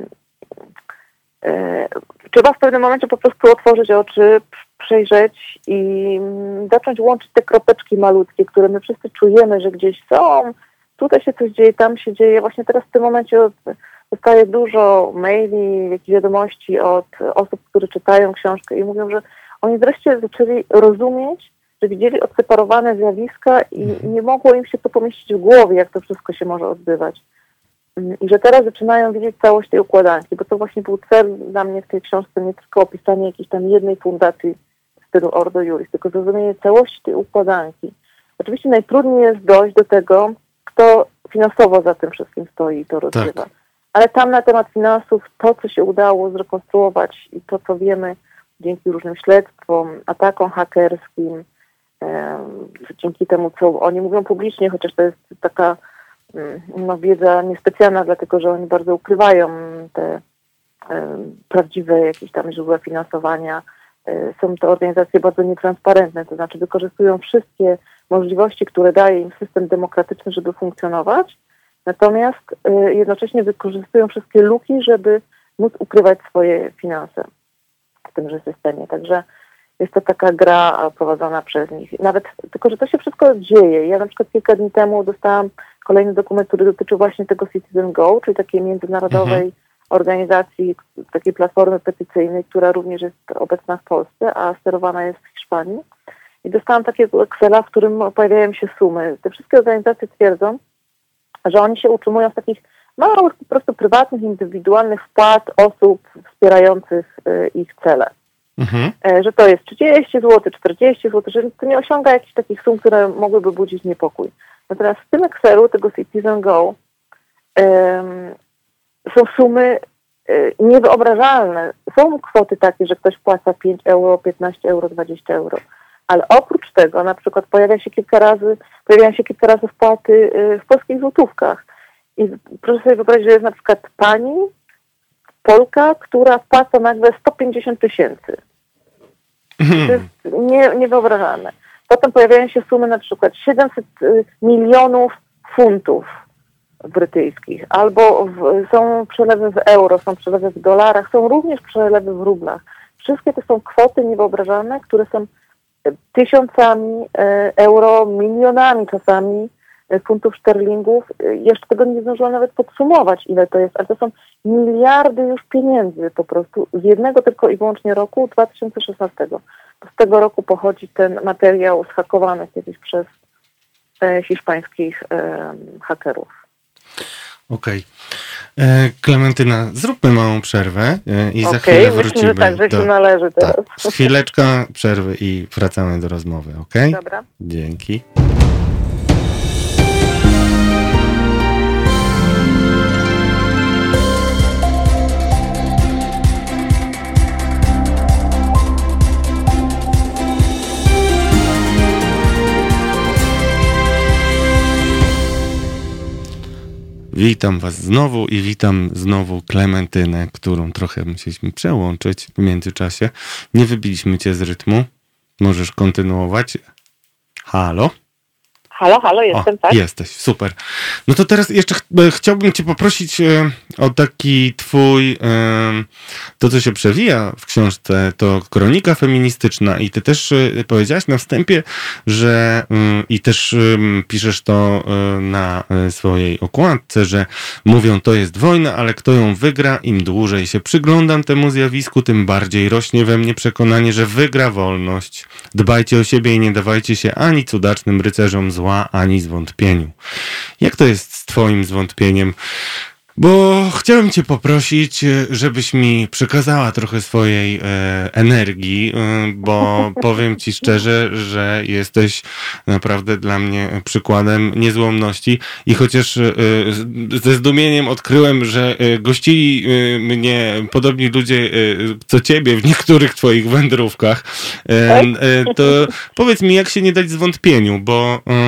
trzeba w pewnym momencie po prostu otworzyć oczy, przejrzeć i zacząć łączyć te kropeczki malutkie, które my wszyscy czujemy, że gdzieś są. Tutaj się coś dzieje, tam się dzieje. Właśnie teraz w tym momencie dostaję dużo maili, jakichś wiadomości od osób, które czytają książkę i mówią, że oni wreszcie zaczęli rozumieć, że widzieli odseparowane zjawiska i nie mogło im się to pomieścić w głowie, jak to wszystko się może odbywać. I że teraz zaczynają widzieć całość tej układanki, bo to właśnie był cel dla mnie w tej książce, nie tylko opisanie jakiejś tam jednej fundacji w stylu Ordo Iuris, tylko zrozumienie całości tej układanki. Oczywiście najtrudniej jest dojść do tego, kto finansowo za tym wszystkim stoi i to rozgrywa. Tak. Ale tam na temat finansów to, co się udało zrekonstruować i to, co wiemy dzięki różnym śledztwom, atakom hakerskim, e, dzięki temu, co oni mówią publicznie, chociaż to jest taka no, wiedza niespecjalna, dlatego że oni bardzo ukrywają te e, prawdziwe jakieś tam źródła finansowania. E, są to organizacje bardzo nietransparentne, to znaczy wykorzystują wszystkie możliwości, które daje im system demokratyczny, żeby funkcjonować, natomiast e, jednocześnie wykorzystują wszystkie luki, żeby móc ukrywać swoje finanse w tymże systemie. Także jest to taka gra prowadzona przez nich. Nawet tylko, że to się wszystko dzieje. Ja na przykład kilka dni temu dostałam kolejny dokument, który dotyczył właśnie tego Citizen Go, czyli takiej międzynarodowej mhm. organizacji, takiej platformy petycyjnej, która również jest obecna w Polsce, a sterowana jest w Hiszpanii. I dostałam takiego Excela, w którym pojawiają się sumy. Te wszystkie organizacje twierdzą, że oni się utrzymują z takich małych, po prostu prywatnych, indywidualnych wpłat osób wspierających y, ich cele. Mhm. Że to jest trzydzieści złotych, czterdzieści złotych, że to nie osiąga jakichś takich sum, które mogłyby budzić niepokój. Natomiast w tym Excelu, tego Citizen Go, um, są sumy um, niewyobrażalne. Są kwoty takie, że ktoś płaca pięć euro, piętnaście euro, dwadzieścia euro. Ale oprócz tego na przykład pojawia się kilka razy, pojawiają się kilka razy wpłaty y, w polskich złotówkach. I proszę sobie wyobrazić, że jest na przykład pani, Polka, która wpłaca nagle sto pięćdziesiąt tysięcy. To jest nie, niewyobrażalne. Potem pojawiają się sumy na przykład siedemset milionów funtów brytyjskich, albo w, są przelewy w euro, są przelewy w dolarach, są również przelewy w rublach. Wszystkie to są kwoty niewyobrażalne, które są tysiącami euro, milionami czasami funtów szterlingów. Jeszcze tego nie zdążyłam nawet podsumować, ile to jest, ale to są miliardy już pieniędzy po prostu z jednego tylko i wyłącznie roku dwa tysiące szesnastego. Z tego roku pochodzi ten materiał zhakowany kiedyś przez e, hiszpańskich e, hakerów. Okej. Okay. Klementyna, zróbmy małą przerwę e, i okay, za chwilę wrócimy. Myślę, że tak, że do... się należy teraz. Tak, chwileczka przerwy i wracamy do rozmowy, okej? Okay? Dobra. Dzięki. Witam was znowu i witam znowu Klementynę, którą trochę musieliśmy przełączyć w międzyczasie. Nie wybiliśmy cię z rytmu. Możesz kontynuować. Halo? Halo, halo, jestem, o, tak? Jesteś, super. No to teraz jeszcze ch chciałbym cię poprosić e, o taki twój, e, to co się przewija w książce, to kronika feministyczna i ty też e, powiedziałaś na wstępie, że e, i też e, piszesz to e, na e, swojej okładce, że mówią, to jest wojna, ale kto ją wygra, im dłużej się przyglądam temu zjawisku, tym bardziej rośnie we mnie przekonanie, że wygra wolność. Dbajcie o siebie i nie dawajcie się ani cudacznym rycerzom zła, ani zwątpieniu. Jak to jest z twoim zwątpieniem? Bo chciałem cię poprosić, żebyś mi przekazała trochę swojej e, energii, e, bo powiem ci szczerze, że jesteś naprawdę dla mnie przykładem niezłomności i chociaż e, ze zdumieniem odkryłem, że e, gościli e, mnie podobni ludzie e, co ciebie w niektórych twoich wędrówkach, e, e, to powiedz mi, jak się nie dać zwątpieniu, bo e,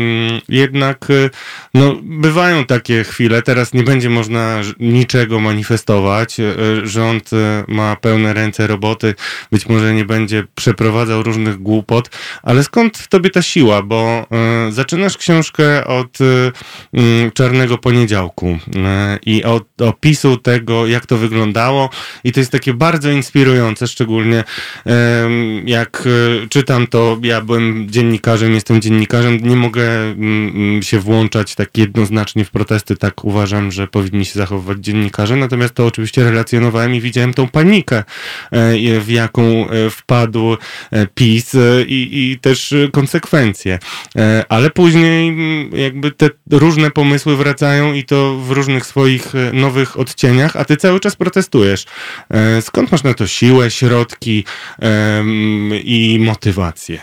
jednak e, no, bywają takie chwile, teraz nie będzie można można niczego manifestować. Rząd ma pełne ręce roboty, być może nie będzie przeprowadzał różnych głupot, ale skąd w tobie ta siła? Bo y, zaczynasz książkę od y, Czarnego Poniedziałku y, i od opisu tego, jak to wyglądało i to jest takie bardzo inspirujące, szczególnie y, jak y, czytam to, ja byłem dziennikarzem, jestem dziennikarzem, nie mogę y, się włączać tak jednoznacznie w protesty, tak uważam, że powinni się zachowywać dziennikarze, natomiast to oczywiście relacjonowałem i widziałem tą panikę, w jaką wpadł PiS i, i też konsekwencje. Ale później jakby te różne pomysły wracają i to w różnych swoich nowych odcieniach, a ty cały czas protestujesz. Skąd masz na to siłę, środki i motywację?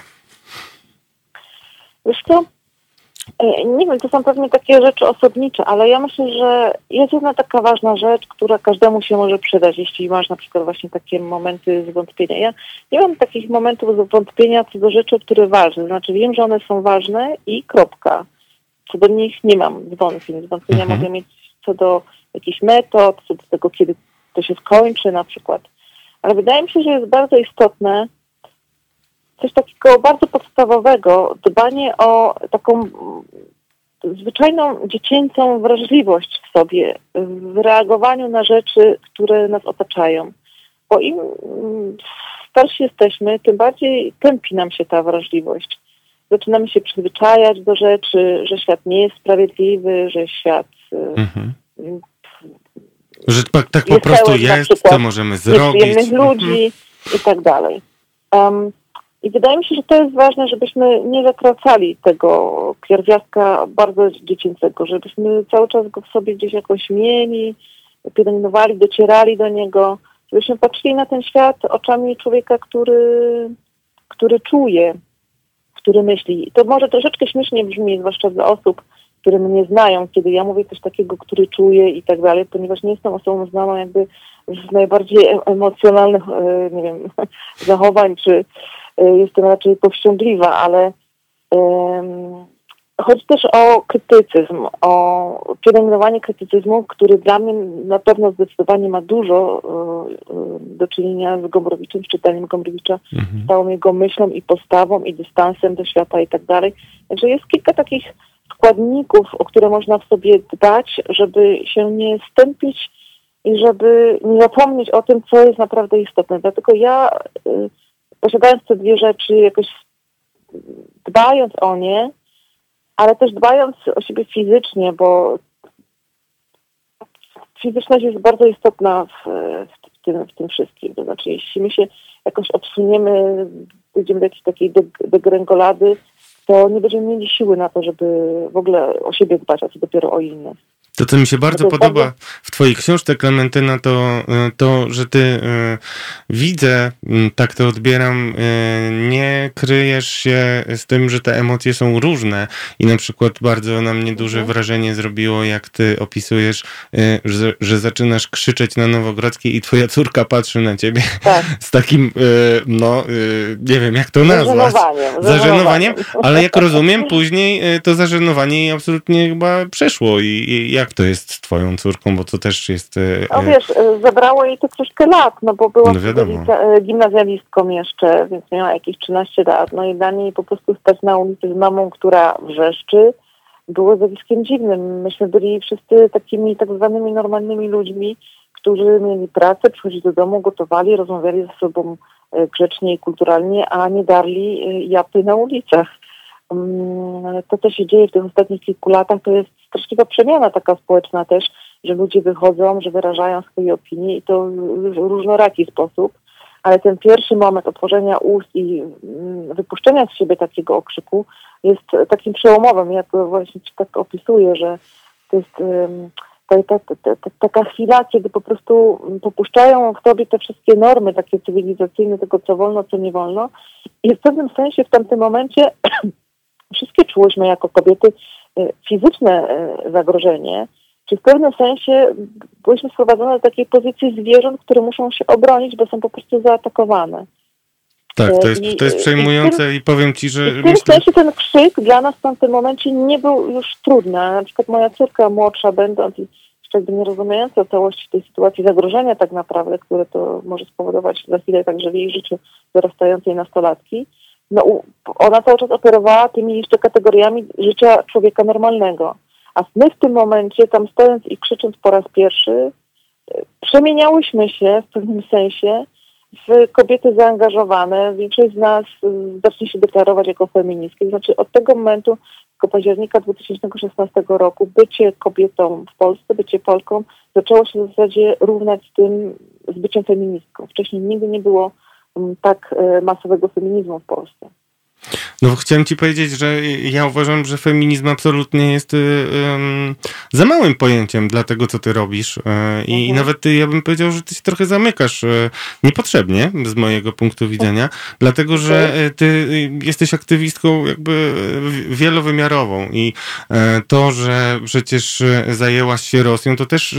Wiesz co? Nie wiem, to są pewnie takie rzeczy osobnicze, ale ja myślę, że jest jedna taka ważna rzecz, która każdemu się może przydać, jeśli masz na przykład właśnie takie momenty zwątpienia. Ja nie mam takich momentów zwątpienia co do rzeczy, które ważne. Znaczy wiem, że one są ważne i kropka. Co do nich nie mam zwątpień. Zwątpienia mhm. mogę mieć co do jakichś metod, co do tego, kiedy to się skończy na przykład. Ale wydaje mi się, że jest bardzo istotne coś takiego bardzo podstawowego, dbanie o taką zwyczajną dziecięcą wrażliwość w sobie, w reagowaniu na rzeczy, które nas otaczają. Bo im starsi jesteśmy, tym bardziej tępi nam się ta wrażliwość. Zaczynamy się przyzwyczajać do rzeczy, że świat nie jest sprawiedliwy, że świat... Mhm. Że tak, tak po prostu jest, co możemy zrobić. Nieprzyjemnych ludzi mhm. i tak dalej. Um, I wydaje mi się, że to jest ważne, żebyśmy nie zatracali tego pierwiastka bardzo dziecięcego, żebyśmy cały czas go w sobie gdzieś jakoś mieli, pielęgnowali, docierali do niego, żebyśmy patrzyli na ten świat oczami człowieka, który, który czuje, który myśli. I to może troszeczkę śmiesznie brzmi, zwłaszcza dla osób, które mnie znają, kiedy ja mówię coś takiego, który czuje i tak dalej, ponieważ nie jestem osobą znaną jakby z najbardziej emocjonalnych, nie wiem, zachowań, czy jestem raczej powściągliwa, ale um, chodzi też o krytycyzm, o pielęgnowanie krytycyzmu, który dla mnie na pewno zdecydowanie ma dużo um, do czynienia z Gombrowiczem, z czytaniem Gombrowicza, mhm. z całą jego myślą i postawą i dystansem do świata i tak dalej. Także jest kilka takich składników, o które można w sobie dbać, żeby się nie stępić i żeby nie zapomnieć o tym, co jest naprawdę istotne. Dlatego ja... Y, posiadając te dwie rzeczy, jakoś dbając o nie, ale też dbając o siebie fizycznie, bo fizyczność jest bardzo istotna w, w, tym, w tym wszystkim. To znaczy, jeśli my się jakoś obsuniemy, pójdziemy do jakiejś takiej degrengolady, to nie będziemy mieli siły na to, żeby w ogóle o siebie dbać, a co dopiero o innych. To, co mi się bardzo to podoba bardzo... w twojej książce, Klementyna, to, to, że ty y, widzę, tak to odbieram, y, nie kryjesz się z tym, że te emocje są różne i na przykład bardzo na mnie duże mhm. wrażenie zrobiło, jak ty opisujesz, y, że, że zaczynasz krzyczeć na Nowogrodzkiej i twoja córka patrzy na ciebie tak. z takim, y, no, y, nie wiem jak to nazwać. Zażenowaniem. Zażenowaniem, ale jak rozumiem, później y, to zażenowanie absolutnie chyba przeszło i, i jak Jak to jest z twoją córką, bo to też jest... No wiesz, zabrało jej to troszkę lat, no bo była no wiadomo. gimnazjalistką jeszcze, więc miała jakieś trzynaście lat. No i dla niej po prostu stać na ulicy z mamą, która wrzeszczy, było zjawiskiem dziwnym. Myśmy byli wszyscy takimi tak zwanymi normalnymi ludźmi, którzy mieli pracę, przychodzili do domu, gotowali, rozmawiali ze sobą grzecznie i kulturalnie, a nie darli japy na ulicach. To, co się dzieje w tych ostatnich kilku latach, to jest straszliwa przemiana taka społeczna też, że ludzie wychodzą, że wyrażają swoje opinie i to w różnoraki sposób, ale ten pierwszy moment otworzenia ust i wypuszczenia z siebie takiego okrzyku jest takim przełomowym. Ja to właśnie tak opisuję, że to jest ta, ta, ta, ta, taka chwila, kiedy po prostu popuszczają w sobie te wszystkie normy takie cywilizacyjne, tego co wolno, co nie wolno i w pewnym sensie w tamtym momencie wszystkie czułyśmy jako kobiety fizyczne zagrożenie, czy w pewnym sensie byliśmy sprowadzone do takiej pozycji zwierząt, które muszą się obronić, bo są po prostu zaatakowane. Tak, to jest, to jest przejmujące i, tym, i powiem ci, że... I w tym myślę... sensie ten krzyk dla nas w tamtym momencie nie był już trudny. Na przykład moja córka młodsza, będąc jeszcze jakby nie rozumiejąca całości tej sytuacji zagrożenia tak naprawdę, które to może spowodować za chwilę także w jej życiu dorastającej nastolatki, no ona cały czas operowała tymi jeszcze kategoriami życia człowieka normalnego. A my w tym momencie, tam stojąc i krzycząc po raz pierwszy, przemieniałyśmy się w pewnym sensie w kobiety zaangażowane. Większość z nas zacznie się deklarować jako feministki. Znaczy od tego momentu, jako października dwa tysiące szesnastego roku, bycie kobietą w Polsce, bycie Polką zaczęło się w zasadzie równać z tym, z byciem feministką. Wcześniej nigdy nie było tak masowego feminizmu w Polsce. No chciałem ci powiedzieć, że ja uważam, że feminizm absolutnie jest um, za małym pojęciem dla tego, co ty robisz e, i mhm. nawet ty, ja bym powiedział, że ty się trochę zamykasz e, niepotrzebnie z mojego punktu widzenia, mhm. dlatego, że ty jesteś aktywistką jakby wielowymiarową i e, to, że przecież zajęłaś się Rosją, to też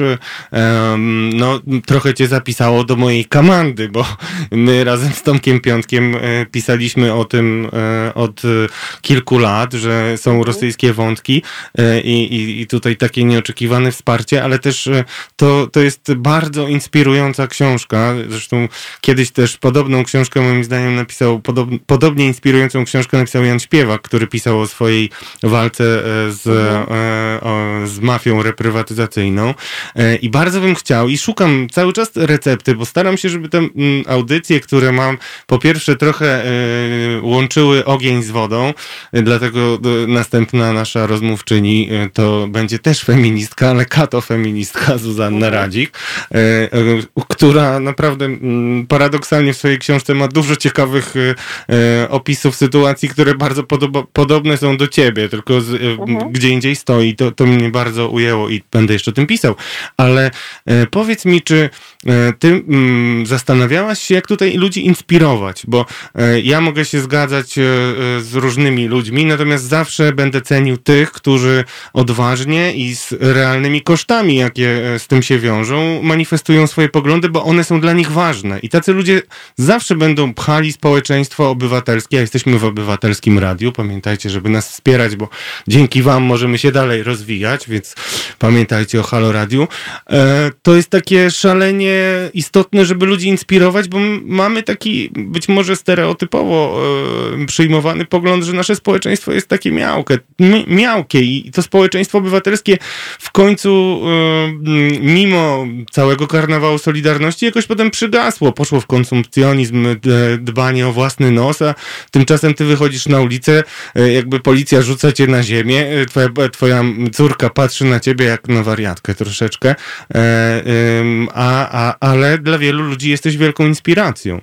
e, no, trochę cię zapisało do mojej komandy, bo my razem z Tomkiem Piątkiem e, pisaliśmy o tym e, od kilku lat, że są rosyjskie wątki i, i, i tutaj takie nieoczekiwane wsparcie, ale też to, to jest bardzo inspirująca książka. Zresztą kiedyś też podobną książkę moim zdaniem napisał, podob, podobnie inspirującą książkę napisał Jan Śpiewak, który pisał o swojej walce z, o, z mafią reprywatyzacyjną i bardzo bym chciał i szukam cały czas recepty, bo staram się, żeby te audycje, które mam, po pierwsze trochę łączyły ogień z wodą, dlatego następna nasza rozmówczyni to będzie też feministka, ale katofeministka Zuzanna Radzik, która naprawdę paradoksalnie w swojej książce ma dużo ciekawych opisów sytuacji, które bardzo podoba, podobne są do ciebie, tylko z, mhm. gdzie indziej stoi. To, to mnie bardzo ujęło i będę jeszcze o tym pisał. Ale powiedz mi, czy ty zastanawiałaś się, jak tutaj ludzi inspirować, bo ja mogę się zgadzać z różnymi ludźmi, natomiast zawsze będę cenił tych, którzy odważnie i z realnymi kosztami, jakie z tym się wiążą, manifestują swoje poglądy, bo one są dla nich ważne. I tacy ludzie zawsze będą pchali społeczeństwo obywatelskie, a jesteśmy w obywatelskim radiu, pamiętajcie, żeby nas wspierać, bo dzięki wam możemy się dalej rozwijać, więc pamiętajcie o Halo Radiu. To jest takie szalenie istotne, żeby ludzi inspirować, bo mamy taki być może stereotypowo przyjmowany pogląd, że nasze społeczeństwo jest takie miałkie, miałkie i to społeczeństwo obywatelskie w końcu mimo całego karnawału Solidarności jakoś potem przygasło, poszło w konsumpcjonizm, dbanie o własny nos, a tymczasem ty wychodzisz na ulicę, jakby policja rzuca cię na ziemię, twoja, twoja córka patrzy na ciebie jak na wariatkę troszeczkę, a, a, ale dla wielu ludzi jesteś wielką inspiracją.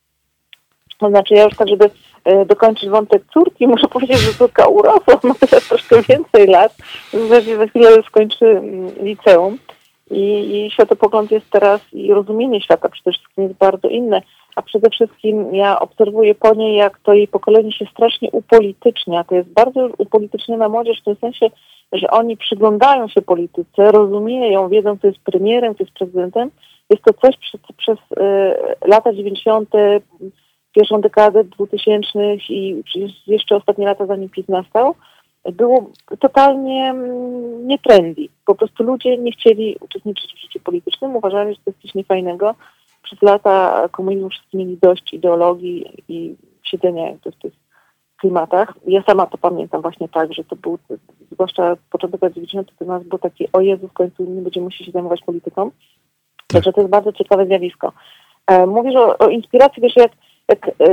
To znaczy ja już tak, żeby dokończyć wątek córki, muszę powiedzieć, że córka urosła, ma teraz troszkę więcej lat, za chwilę skończy liceum i, i światopogląd jest teraz i rozumienie świata przede wszystkim jest bardzo inne, a przede wszystkim ja obserwuję po niej, jak to jej pokolenie się strasznie upolitycznia. To jest bardzo upolityczniona młodzież w tym sensie, że oni przyglądają się polityce, rozumieją, wiedzą, kto jest premierem, kto jest prezydentem. Jest to coś przez, przez y, lata dziewięćdziesiąte, pierwszą dekadę dwutysięcznych i jeszcze ostatnie lata, zanim PiS nastał, było totalnie nie trendy. Po prostu ludzie nie chcieli uczestniczyć w życiu politycznym, uważali, że to jest coś niefajnego. Przez lata komunizmu wszyscy mieli dość ideologii i siedzenia w tych klimatach. Ja sama to pamiętam właśnie tak, że to był, zwłaszcza początek lat dziewięćdziesiątych to nas było takie, o Jezu, w końcu nie będziemy musieli się zajmować polityką. Tak. Także to jest bardzo ciekawe zjawisko. E, mówisz o, o inspiracji, wiesz, jak, jak, e,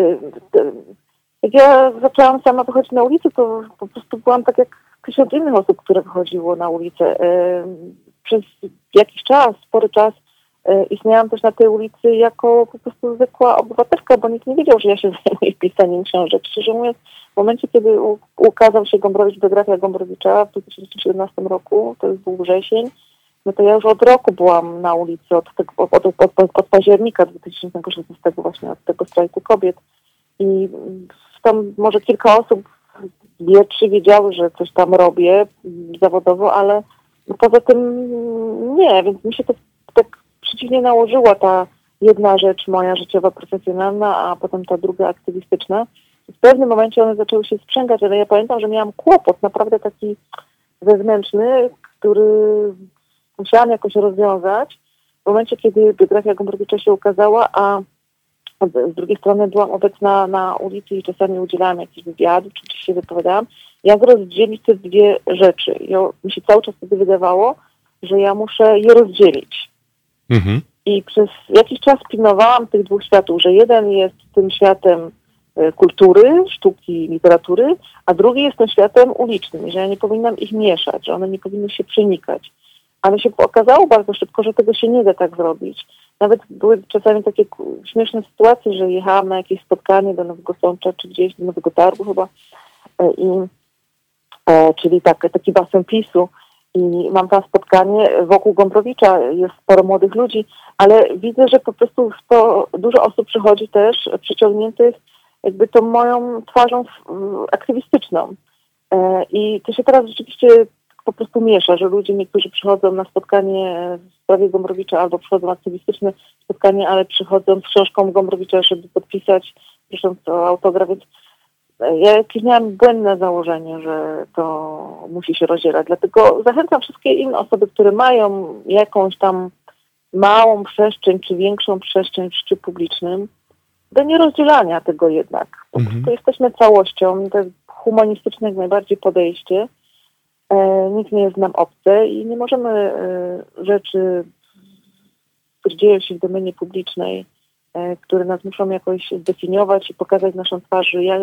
jak ja zaczęłam sama wychodzić na ulicę, to po prostu byłam tak jak tysiąc innych osób, które wychodziło na ulicę. E, przez jakiś czas, spory czas e, istniałam też na tej ulicy jako po prostu zwykła obywatelka, bo nikt nie wiedział, że ja się zajmuję pisaniem książek. Szczerze mówiąc, w momencie, kiedy u, ukazał się Gombrowicz, biografia Gombrowicza w dwa tysiące siedemnastym roku, to już był wrzesień, no to ja już od roku byłam na ulicy, od, tego, od, od, od, od października dwa tysiące szesnastego właśnie, od tego strajku kobiet. I tam może kilka osób, dwie, trzy wiedziały, że coś tam robię zawodowo, ale poza tym nie, więc mi się to tak przeciwnie nałożyła ta jedna rzecz moja życiowa, profesjonalna, a potem ta druga aktywistyczna. W pewnym momencie one zaczęły się sprzęgać, ale ja pamiętam, że miałam kłopot naprawdę taki wewnętrzny, który musiałam jakoś rozwiązać. W momencie, kiedy biografia Gombrowicza się ukazała, a z drugiej strony byłam obecna na ulicy i czasami udzielałam jakichś wywiadów, czy gdzieś się wypowiadałam, jak rozdzielić te dwie rzeczy. Ja, mi się cały czas wtedy wydawało, że ja muszę je rozdzielić. Mhm. I przez jakiś czas pilnowałam tych dwóch światów, że jeden jest tym światem kultury, sztuki, literatury, a drugi jest tym światem ulicznym, że ja nie powinnam ich mieszać, że one nie powinny się przenikać. Ale się okazało bardzo szybko, że tego się nie da tak zrobić. Nawet były czasami takie śmieszne sytuacje, że jechałam na jakieś spotkanie do Nowego Sącza, czy gdzieś do Nowego Targu chyba, i, e, czyli tak, taki basen PiSu, i mam tam spotkanie, wokół Gombrowicza jest sporo młodych ludzi, ale widzę, że po prostu sporo, dużo osób przychodzi też przyciągniętych jakby tą moją twarzą aktywistyczną. E, I to się teraz rzeczywiście po prostu miesza, że ludzie niektórzy przychodzą na spotkanie w sprawie Gombrowicza albo przychodzą na aktywistyczne spotkanie, ale przychodzą z książką Gombrowicza, żeby podpisać, prosząc o autograf. Więc ja jakieś miałam błędne założenie, że to musi się rozdzielać. Dlatego zachęcam wszystkie inne osoby, które mają jakąś tam małą przestrzeń czy większą przestrzeń w życiu publicznym, do nierozdzielania tego jednak. Po prostu mhm. jesteśmy całością, to jest humanistyczne jak najbardziej podejście. E, nikt nie jest nam obcy i nie możemy e, rzeczy, które dzieją się w domenie publicznej, e, które nas muszą jakoś zdefiniować i pokazać naszą twarz, że, ja,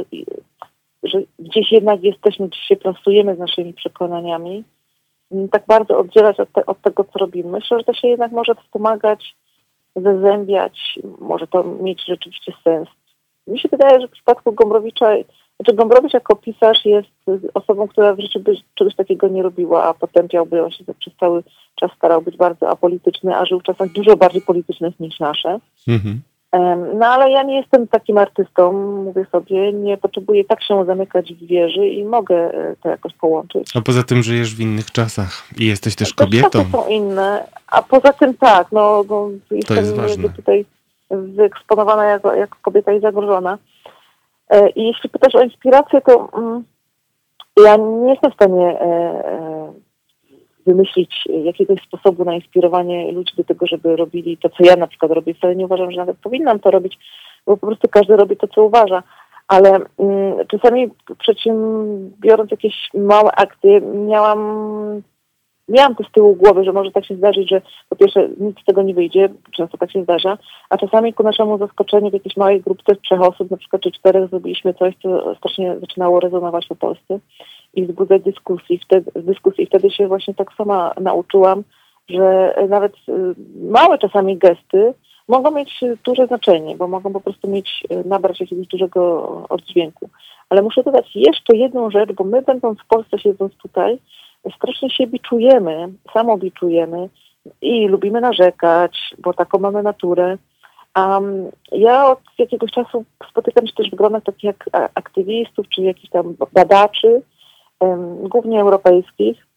że gdzieś jednak jesteśmy, gdzieś się prostujemy z naszymi przekonaniami, tak bardzo oddzielać od, te, od tego, co robimy. Myślę, że to się jednak może wspomagać, zazębiać, może to mieć rzeczywiście sens. Mi się wydaje, że w przypadku Gombrowicza, znaczy Gombrowicz jako pisarz jest osobą, która w życiu by czegoś takiego nie robiła, a potępiałby, on się przez cały czas starał być bardzo apolityczny, a żył w czasach dużo bardziej politycznych niż nasze. Mhm. No ale ja nie jestem takim artystą, mówię sobie, nie potrzebuję tak się zamykać w wieży i mogę to jakoś połączyć. A poza tym żyjesz w innych czasach i jesteś też kobietą. Czasy są inne, a poza tym tak, no, no jestem jakby tutaj wyeksponowana jako, jako kobieta i zagrożona. I jeśli pytasz o inspirację, to mm, ja nie jestem w stanie e, e, wymyślić jakiegoś sposobu na inspirowanie ludzi do tego, żeby robili to, co ja na przykład robię. Wcale nie uważam, że nawet powinnam to robić, bo po prostu każdy robi to, co uważa. Ale mm, czasami przedsiębiorąc jakieś małe akty, miałam, miałam to z tyłu głowy, że może tak się zdarzyć, że po pierwsze nic z tego nie wyjdzie, często tak się zdarza, a czasami ku naszemu zaskoczeniu w jakiejś małej grupce trzech osób, na przykład czy czterech, zrobiliśmy coś, co strasznie zaczynało rezonować po Polsce i wzbudzać dyskusji. Wtedy, dyskusji. Wtedy się właśnie tak sama nauczyłam, że nawet małe czasami gesty mogą mieć duże znaczenie, bo mogą po prostu mieć, nabrać jakiegoś dużego oddźwięku. Ale muszę dodać jeszcze jedną rzecz, bo my będąc w Polsce, siedząc tutaj, strasznie się biczujemy, samobiczujemy i lubimy narzekać, bo taką mamy naturę. Um, ja od jakiegoś czasu spotykam się też w gronach takich jak aktywistów, czy jakichś tam badaczy, um, głównie europejskich,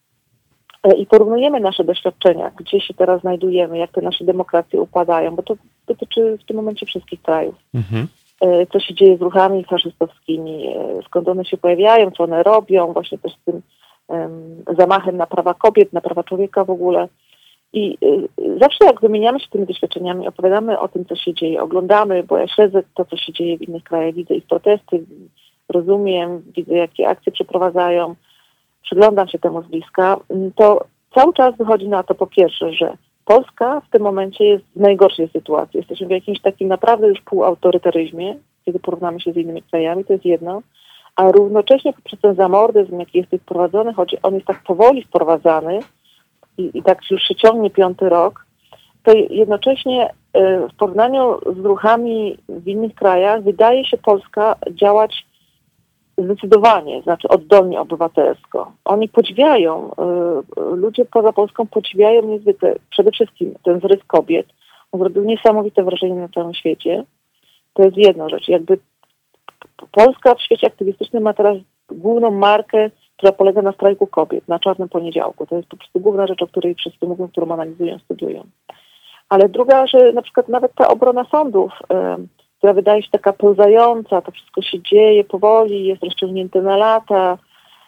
i porównujemy nasze doświadczenia, gdzie się teraz znajdujemy, jak te nasze demokracje upadają, bo to dotyczy w tym momencie wszystkich krajów. Mhm. co się dzieje z ruchami faszystowskimi, skąd one się pojawiają, co one robią, właśnie też z tym um, zamachem na prawa kobiet, na prawa człowieka w ogóle. I y, zawsze jak wymieniamy się tymi doświadczeniami, opowiadamy o tym, co się dzieje, oglądamy, bo ja śledzę to, co się dzieje w innych krajach, widzę ich protesty, rozumiem, widzę, jakie akcje przeprowadzają, przyglądam się temu z bliska, to cały czas wychodzi na to po pierwsze, że Polska w tym momencie jest w najgorszej sytuacji. Jesteśmy w jakimś takim naprawdę już półautorytaryzmie, kiedy porównamy się z innymi krajami, to jest jedno, a równocześnie poprzez ten zamordyzm, jaki jest wprowadzony, choć on jest tak powoli wprowadzany i, i tak już się ciągnie piąty rok, to jednocześnie w porównaniu z ruchami w innych krajach wydaje się Polska działać zdecydowanie, znaczy oddolnie obywatelsko. Oni podziwiają, y, ludzie poza Polską podziwiają niezwykle, przede wszystkim ten zryw kobiet. On zrobił niesamowite wrażenie na całym świecie. To jest jedna rzecz. Jakby Polska w świecie aktywistycznym ma teraz główną markę, która polega na strajku kobiet, na czarnym poniedziałku. To jest po prostu główna rzecz, o której wszyscy mówią, którą analizują, studiują. Ale druga, że na przykład nawet ta obrona sądów, y, która wydaje się taka pełzająca, to wszystko się dzieje powoli, jest rozciągnięte na lata,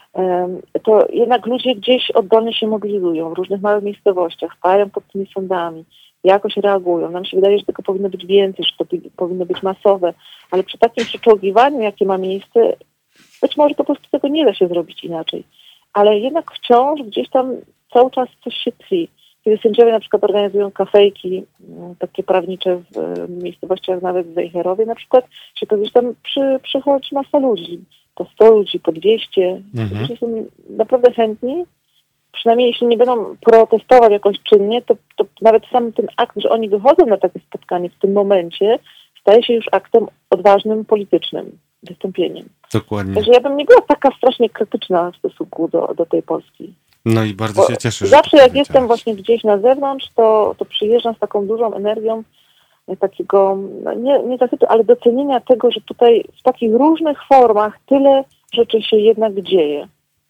to jednak ludzie gdzieś oddolnie się mobilizują w różnych małych miejscowościach, stają pod tymi sądami, jakoś reagują. Nam się wydaje, że tego powinno być więcej, że to powinno być masowe, ale przy takim przyczołgiwaniu, jakie ma miejsce, być może po prostu tego nie da się zrobić inaczej. Ale jednak wciąż gdzieś tam cały czas coś się tli. Kiedy sędziowie na przykład organizują kafejki, takie prawnicze w miejscowościach, nawet w Wejherowie na przykład, się to gdzieś tam przy, przychodzi masa ludzi, po sto ludzi, po dwieście. Mhm. Ludzie są naprawdę chętni, przynajmniej jeśli nie będą protestować jakoś czynnie, to, to nawet sam ten akt, że oni wychodzą na takie spotkanie w tym momencie, staje się już aktem odważnym, politycznym wystąpieniem. Dokładnie. Także ja bym nie była taka strasznie krytyczna w stosunku do, do tej Polski. No i bardzo Bo się cieszę, że zawsze jak jestem właśnie gdzieś na zewnątrz, to, to przyjeżdżam z taką dużą energią takiego, nie, nie zachwytu, ale docenienia tego, że tutaj w takich różnych formach tyle rzeczy się jednak dzieje.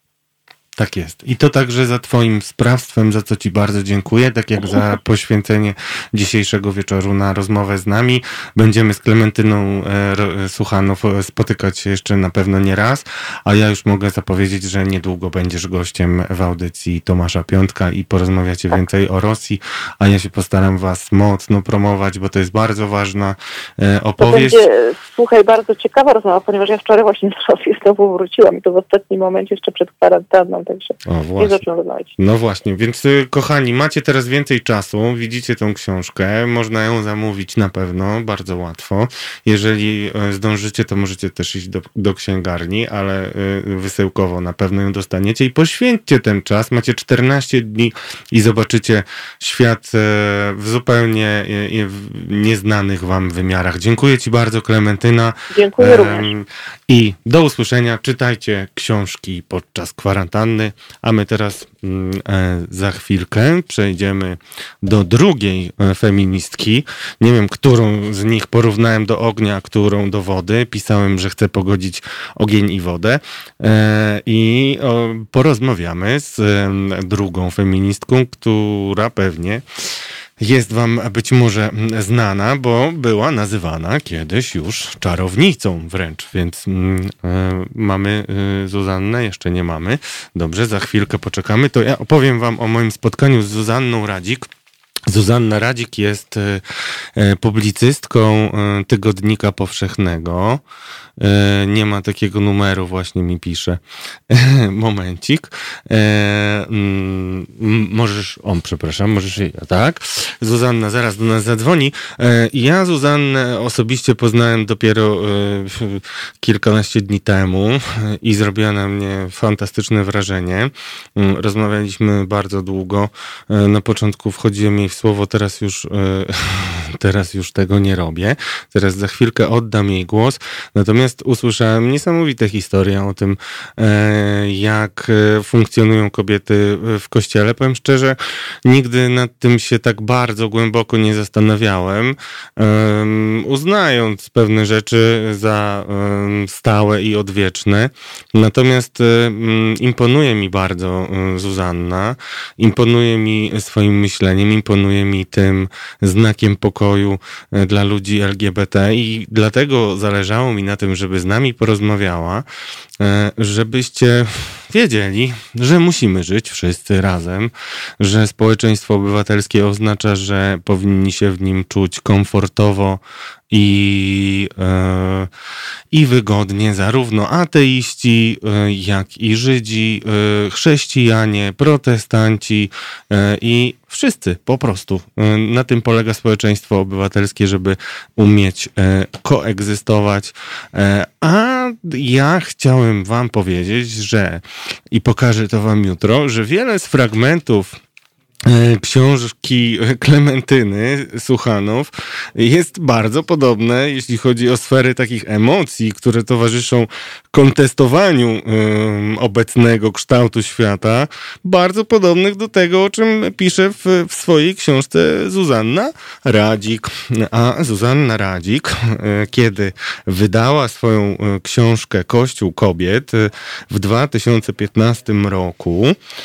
Tak jest. I to także za twoim sprawstwem, za co ci bardzo dziękuję, tak jak za poświęcenie dzisiejszego wieczoru na rozmowę z nami. Będziemy z Klementyną e, Suchanow spotykać się jeszcze na pewno nie raz, a ja już mogę zapowiedzieć, że niedługo będziesz gościem w audycji Tomasza Piątka i porozmawiacie tak. więcej o Rosji, a ja się postaram was mocno promować, bo to jest bardzo ważna e, opowieść. To będzie, słuchaj, bardzo ciekawa rozmowa, ponieważ ja wczoraj właśnie z Rosji znowu wróciłam i to w ostatnim momencie jeszcze przed kwarantanną. Także o, nie zaczną rozmawiać. No właśnie, więc kochani, macie teraz więcej czasu, widzicie tą książkę, można ją zamówić na pewno, bardzo łatwo. Jeżeli zdążycie, to możecie też iść do, do księgarni, ale wysyłkowo na pewno ją dostaniecie i poświęćcie ten czas, macie czternaście dni i zobaczycie świat w zupełnie nieznanych wam wymiarach. Dziękuję ci bardzo, Klementyna. Dziękuję również. I do usłyszenia, czytajcie książki podczas kwarantanny. A my teraz e, za chwilkę przejdziemy do drugiej e, feministki. Nie wiem, którą z nich porównałem do ognia, a którą do wody. Pisałem, że chcę pogodzić ogień i wodę. E, I o, porozmawiamy z e, drugą feministką, która pewnie jest wam być może znana, bo była nazywana kiedyś już czarownicą wręcz, więc y, mamy y, Zuzannę, jeszcze nie mamy. Dobrze, za chwilkę poczekamy. To ja opowiem wam o moim spotkaniu z Zuzanną Radzik. Zuzanna Radzik jest y, y, publicystką y, Tygodnika Powszechnego. Y, nie ma takiego numeru, właśnie mi pisze. Momencik. Y, y, możesz, o, przepraszam, możesz, tak? Zuzanna zaraz do nas zadzwoni. Y, ja Zuzannę osobiście poznałem dopiero y, kilkanaście dni temu i zrobiła na mnie fantastyczne wrażenie. Y, rozmawialiśmy bardzo długo. Y, na początku wchodziłem jej w słowo, teraz już, teraz już tego nie robię. Teraz za chwilkę oddam jej głos. Natomiast usłyszałem niesamowite historie o tym, jak funkcjonują kobiety w kościele. Powiem szczerze, nigdy nad tym się tak bardzo głęboko nie zastanawiałem, uznając pewne rzeczy za stałe i odwieczne. Natomiast imponuje mi bardzo Zuzanna, imponuje mi swoim myśleniem, imponuje mi tym znakiem pokoju, pokoju dla ludzi L G B T i dlatego zależało mi na tym, żeby z nami porozmawiała, żebyście wiedzieli, że musimy żyć wszyscy razem, że społeczeństwo obywatelskie oznacza, że powinni się w nim czuć komfortowo i, e, i wygodnie zarówno ateiści, e, jak i Żydzi, e, chrześcijanie, protestanci e, i wszyscy po prostu. E, na tym polega społeczeństwo obywatelskie, żeby umieć e, koegzystować. E, a ja chciałem wam powiedzieć, że i pokażę to wam jutro, że wiele z fragmentów książki Klementyny Suchanow jest bardzo podobne, jeśli chodzi o sfery takich emocji, które towarzyszą kontestowaniu um, obecnego kształtu świata, bardzo podobnych do tego, o czym pisze w, w swojej książce Zuzanna Radzik. A Zuzanna Radzik, kiedy wydała swoją książkę Kościół kobiet w dwa tysiące piętnastym roku,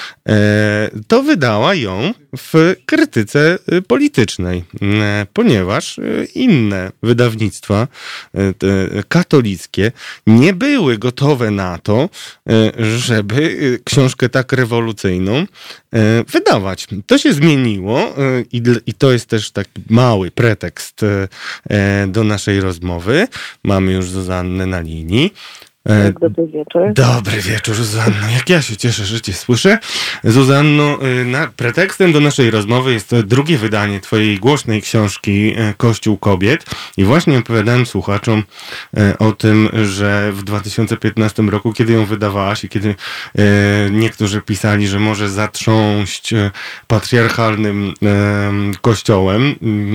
to wydała ją w krytyce politycznej, ponieważ inne wydawnictwa katolickie nie były gotowe na to, żeby książkę tak rewolucyjną wydawać. To się zmieniło i to jest też taki mały pretekst do naszej rozmowy. Mamy już Zuzannę na linii. Dobry wieczór. Dobry wieczór, Zuzanno. Jak ja się cieszę, że cię słyszę. Zuzanno, na, pretekstem do naszej rozmowy jest drugie wydanie twojej głośnej książki Kościół kobiet. I właśnie opowiadałem słuchaczom o tym, że w dwa tysiące piętnastym roku, kiedy ją wydawałaś i kiedy niektórzy pisali, że może zatrząść patriarchalnym kościołem,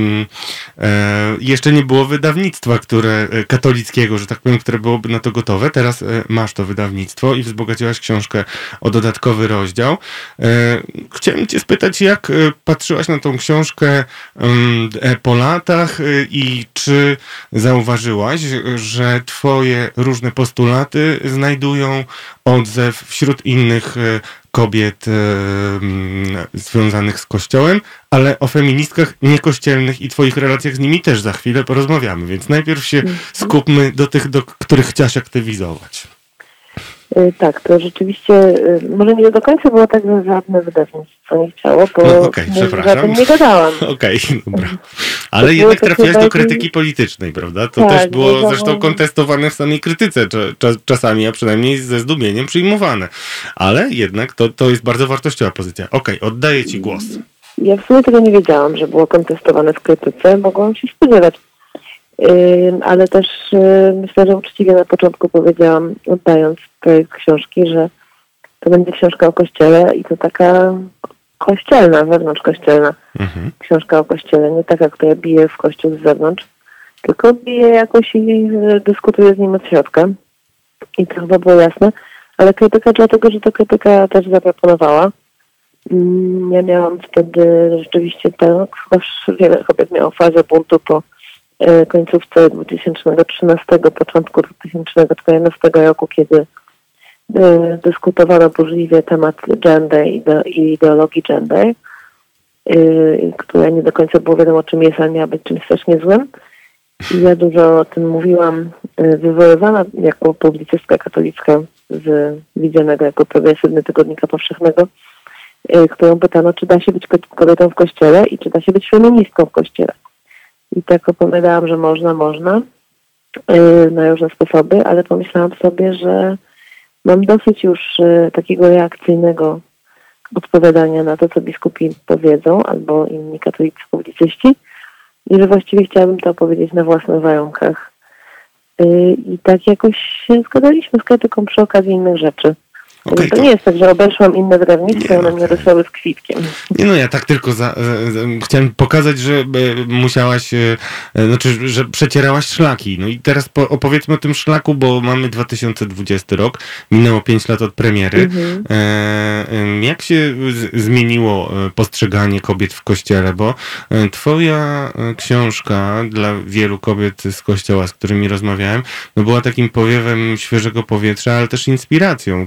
jeszcze nie było wydawnictwa, które katolickiego, że tak powiem, które byłoby na to gotowe. Teraz masz to wydawnictwo i wzbogaciłaś książkę o dodatkowy rozdział. Chciałem cię spytać, jak patrzyłaś na tą książkę po latach i czy zauważyłaś, że twoje różne postulaty znajdują odzew wśród innych kobiet związanych z Kościołem, ale o feministkach niekościelnych i twoich relacjach z nimi też za chwilę porozmawiamy, więc najpierw się skupmy do tych, do których chciałaś aktywizować. Tak, to rzeczywiście, może nie do końca było tak, że żadne wydawnictwo nie chciało, bo no, okay, za tym nie gadałam. Okej, okay, dobra. Ale to jednak trafiłaś do krytyki politycznej, prawda? To tak, też było zresztą kontestowane w samej krytyce, czasami, a przynajmniej ze zdumieniem przyjmowane. Ale jednak to, to jest bardzo wartościowa pozycja. Okej, okay, oddaję ci głos. Ja w sumie tego nie wiedziałam, że było kontestowane w krytyce. Mogłam się spodziewać. Ale też myślę, że uczciwie na początku powiedziałam, oddając projekt książki, że to będzie książka o Kościele i to taka kościelna, wewnątrzkościelna mhm. książka o Kościele, nie taka, która bije w Kościół z zewnątrz, tylko bije jakoś i dyskutuje z nim od środka. I to chyba było jasne. Ale krytyka dlatego, że ta krytyka też zaproponowała. Ja miałam wtedy rzeczywiście tak, chyba wiele kobiet miało fazę buntu po końcówce dwa tysiące trzynastego, początku dwa tysiące czternastego roku, kiedy dyskutowano burzliwie temat gender i ideologii gender, która nie do końca było wiadomo czym jest, ale miała być czymś strasznie złym. I ja dużo o tym mówiłam, wywoływana jako publicystka katolicka z widzianego jako progresywny tygodnika powszechnego, którą pytano, czy da się być kobietą w Kościele i czy da się być feministką w Kościele. I tak opowiadałam, że można, można na różne sposoby, ale pomyślałam sobie, że mam dosyć już takiego reakcyjnego odpowiadania na to, co biskupi powiedzą, albo inni katolicy publicyści i że właściwie chciałabym to opowiedzieć na własnych warunkach. I tak jakoś się zgadaliśmy z krytyką przy okazji innych rzeczy. Okay, to, to nie jest tak, że obeszłam inne wydawnictwa, one mnie ruszały z kwitkiem. Nie no, ja tak tylko za, za, chciałem pokazać, że e, musiałaś, e, znaczy, że przecierałaś szlaki. No i teraz po, opowiedzmy o tym szlaku, bo mamy dwa tysiące dwudziesty rok, minęło pięć lat od premiery. Mhm. E, jak się z, zmieniło postrzeganie kobiet w Kościele? Bo twoja książka dla wielu kobiet z Kościoła, z którymi rozmawiałem, no była takim powiewem świeżego powietrza, ale też inspiracją,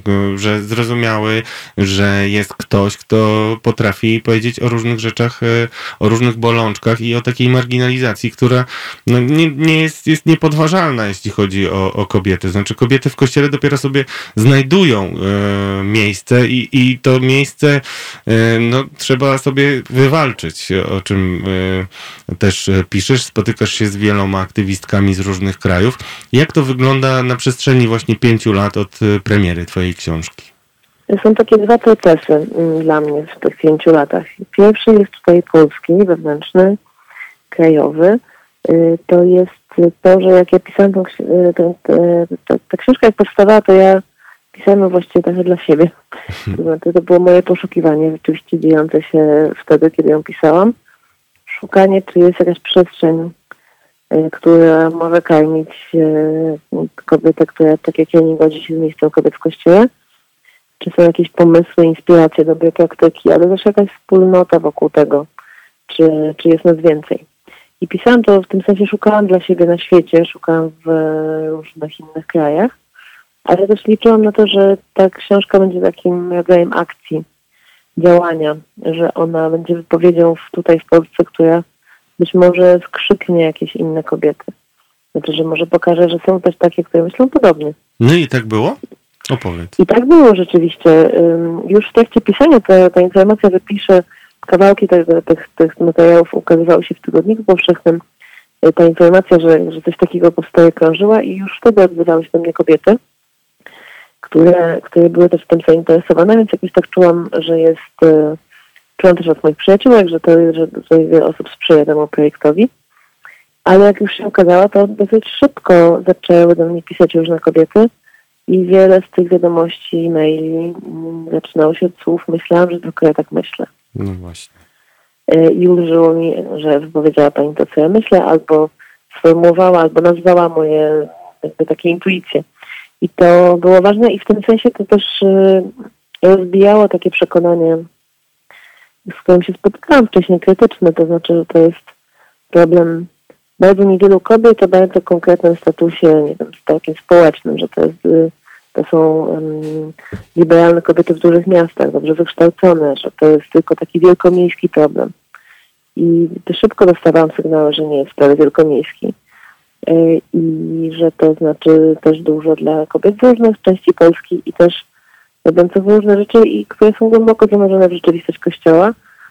że zrozumiały, że jest ktoś, kto potrafi powiedzieć o różnych rzeczach, o różnych bolączkach i o takiej marginalizacji, która no, nie, nie jest, jest niepodważalna, jeśli chodzi o, o kobiety. Znaczy kobiety w Kościele dopiero sobie znajdują e, miejsce i, i to miejsce e, no, trzeba sobie wywalczyć, o czym e, też piszesz. Spotykasz się z wieloma aktywistkami z różnych krajów. Jak to wygląda na przestrzeni właśnie pięciu lat od premiery twojej książki? Są takie dwa procesy dla mnie w tych pięciu latach. Pierwszy jest tutaj polski, wewnętrzny, krajowy. To jest to, że jak ja pisałam tą, tę, tę, tę, ta książka jak powstawała, to ja pisałam ją właściwie trochę dla siebie. To znaczy, to było moje poszukiwanie rzeczywiście dziejące się wtedy, kiedy ją pisałam. Szukanie, czy jest jakaś przestrzeń, która może karmić kobietę, która tak jak ja nie godzi się z miejscem kobiet w Kościele. Czy są jakieś pomysły, inspiracje, dobre praktyki, ale też jakaś wspólnota wokół tego, czy, czy jest nas więcej. I pisałam to, w tym sensie szukałam dla siebie na świecie, szukałam w różnych innych krajach, ale też liczyłam na to, że ta książka będzie takim rodzajem akcji, działania, że ona będzie wypowiedzią w, tutaj w Polsce, która być może skrzyknie jakieś inne kobiety. Znaczy, że może pokaże, że są też takie, które myślą podobnie. No i tak było? Opowiedz. I tak było rzeczywiście. Już w trakcie pisania ta, ta informacja, że piszę kawałki tych, tych, tych materiałów ukazywały się w Tygodniku Powszechnym. Ta informacja, że, że coś takiego powstaje, krążyła i już wtedy odzywały się do mnie kobiety, które, które były też tym zainteresowane, więc jakoś tak czułam, że jest, czułam też od moich przyjaciółek, że to że, że wiele osób sprzyja temu projektowi. Ale jak już się okazało, to dosyć szybko zaczęły do mnie pisać różne kobiety i wiele z tych wiadomości, maili zaczynało się od słów myślałam, że tylko ja tak myślę. No właśnie. I ulżyło mi, że wypowiedziała pani to, co ja myślę, albo sformułowała, albo nazwała moje jakby takie intuicje. I to było ważne i w tym sensie to też rozbijało takie przekonanie, z którym się spotykałam wcześniej, krytyczne, to znaczy, że to jest problem bardzo niewielu kobiet o bardzo konkretnym statusie, nie wiem, takim społecznym, że to jest, to są um, liberalne kobiety w dużych miastach, dobrze wykształcone, że to jest tylko taki wielkomiejski problem. I szybko dostawałam sygnały, że nie jest wcale wielkomiejski. I że to znaczy też dużo dla kobiet z różnych części Polski i też robiących różne rzeczy, i które są głęboko zanurzone w rzeczywistość Kościoła.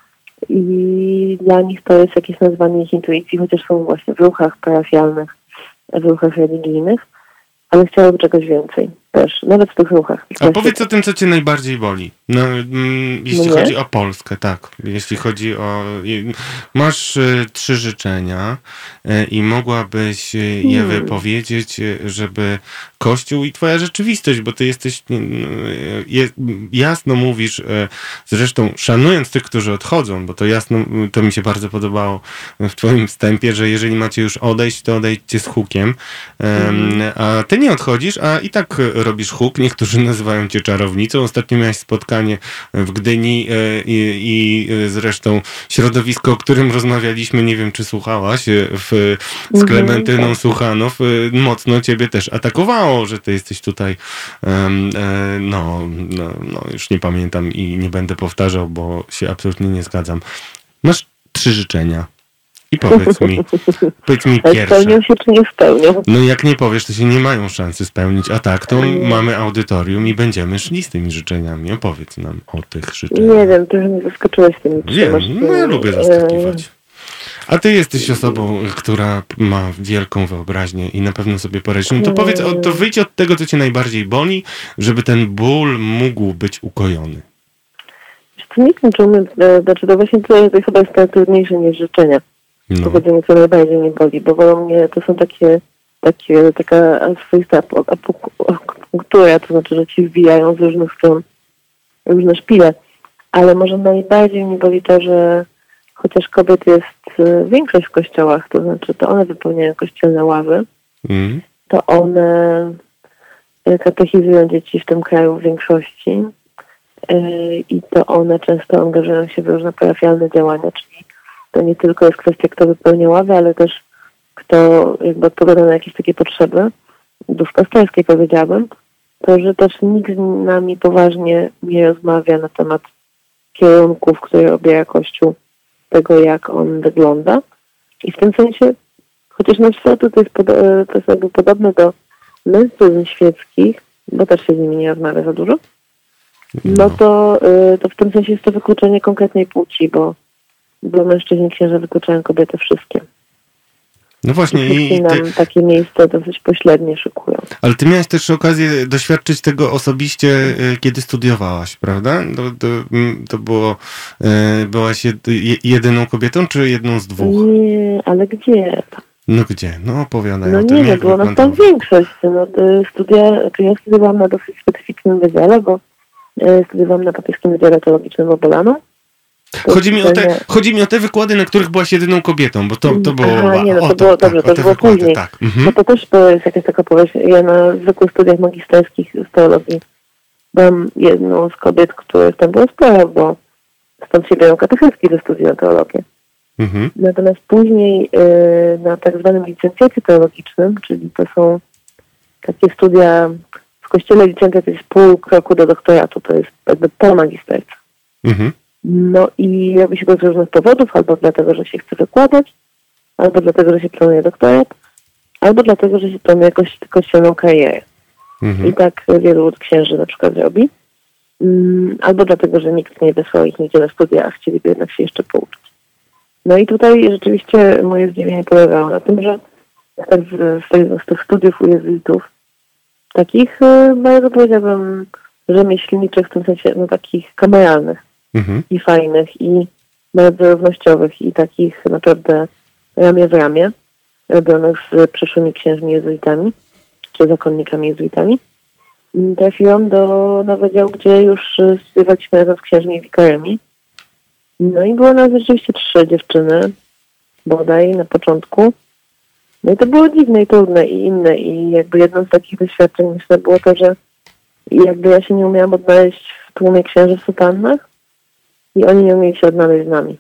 I dla nich to jest jakieś nazwanie ich intuicji, chociaż są właśnie w ruchach parafialnych, w ruchach religijnych, ale chciałyby czegoś więcej też, nawet w tych ruchach. A powiedz o tym, co cię najbardziej boli. No, mm, jeśli Mnie? chodzi o Polskę, tak. Jeśli chodzi o... Masz y, trzy życzenia y, i mogłabyś y, je Hmm. wypowiedzieć, y, żeby Kościół i twoja rzeczywistość, bo ty jesteś... Y, y, jasno mówisz, y, zresztą szanując tych, którzy odchodzą, bo to jasno, to mi się bardzo podobało w twoim wstępie, że jeżeli macie już odejść, to odejdźcie z hukiem. Y, Hmm. A ty nie odchodzisz, a i tak robisz huk. Niektórzy nazywają cię czarownicą. Ostatnio miałeś spotkanie w Gdyni i, i zresztą środowisko, o którym rozmawialiśmy, nie wiem, czy słuchałaś, w, z Klementyną Mhm. Suchanow, mocno ciebie też atakowało, że ty jesteś tutaj, um, no, no, no, już nie pamiętam i nie będę powtarzał, bo się absolutnie nie zgadzam. Masz trzy życzenia. I powiedz mi, powiedz mi Ale pierwsze. spełnią się czy nie spełnią? No jak nie powiesz, to się nie mają szansy spełnić, a tak to mamy audytorium i będziemy szli z tymi życzeniami. Opowiedz nam o tych życzeniach. Nie wiem, trochę mnie zaskoczyłeś tymi Wiem, trzema no ja lubię e, zaskakiwać. A ty jesteś osobą, która ma wielką wyobraźnię i na pewno sobie poradzisz. No to powiedz, o, to wyjdź od tego, co cię najbardziej boli, żeby ten ból mógł być ukojony. To nie wiem, czy umiem, e, znaczy to właśnie to, to chyba jest trudniejsze niż życzenia. No. Powiedzenie, co najbardziej mnie boli, bo wolą mnie, to są takie, takie taka swoista akupunktura, to znaczy, że ci wbijają z różnych stron różne szpile, ale może najbardziej mnie boli to, że chociaż kobiet jest większość w kościołach, to znaczy to one wypełniają kościelne ławy, Mm. to one katechizują dzieci w tym kraju w większości i to one często angażują się w różne parafialne działania, czyli to nie tylko jest kwestia, kto wypełnia ławy, ale też kto jakby odpowiada na jakieś takie potrzeby duszpasterskie, powiedziałabym. to, że też nikt z nami poważnie nie rozmawia na temat kierunków, które obiera Kościół, tego jak on wygląda. I w tym sensie, chociaż nasz statut to jest, pod, to jest jakby podobny do mężczyzn świeckich, bo też się z nimi nie rozmawia za dużo, no to, to w tym sensie jest to wykluczenie konkretnej płci, bo, bo mężczyźni księża wykluczają kobiety wszystkie. No właśnie. I, i nam ty... takie miejsce dosyć pośrednie szykują. Ale ty miałaś też okazję doświadczyć tego osobiście, kiedy studiowałaś, prawda? To, to, to było, byłaś jedyną kobietą, czy jedną z dwóch? Nie, ale gdzie? No gdzie? No opowiadaj no o tym. Nie, nie, było nas tam większość. No, studia, czy ja studiowałam na dosyć specyficznym wydziale, bo studiowałam na papieskim wydziale teologicznym w Obolano. Chodzi mi, o te, chodzi mi o te wykłady, na których byłaś jedyną kobietą, bo to, to było... Aha, nie, no to, to było, dobrze, tak, to było wykłady, później. Tak. Mhm. No to też to jest jakaś taka powieść. Ja na zwykłych studiach magisterskich z teologii byłam jedną z kobiet, których tam było sporo, bo stąd się biorą katechezki, że studiują teologię. Mhm. Natomiast później y, na tak zwanym licencjacie teologicznym, czyli to są takie studia, w kościele licencjat to jest pół kroku do doktoratu, to jest jakby po magisterce. Mhm. No i robi się go z różnych powodów, albo dlatego, że się chce wykładać, albo dlatego, że się planuje doktorat, albo dlatego, że się planuje kości- kościelną karierę. Mhm. I tak wielu księży na przykład robi. Mm, albo dlatego, że nikt nie wysłał ich nigdzie na studia, a chcieliby jednak się jeszcze pouczyć. No i tutaj rzeczywiście moje zdziwienie polegało na tym, że tak z, z, z tych studiów u jezuitów, takich bardzo powiedziałabym rzemieślniczych, w tym sensie no, takich kameralnych, Mhm. i fajnych, i bardzo równościowych, i takich naprawdę ramię w ramię, robionych z przyszłymi księżmi jezuitami, czy zakonnikami jezuitami. Trafiłam do, na wydział, gdzie już studiowaliśmy razem z księżmi i wikarami. No i było nas rzeczywiście trzy dziewczyny, bodaj na początku. No i to było dziwne i trudne i inne. I jakby jedno z takich doświadczeń myślę było to, że jakby ja się nie umiałam odnaleźć w tłumie księży w sutannach i oni nie umieli się odnaleźć z nami.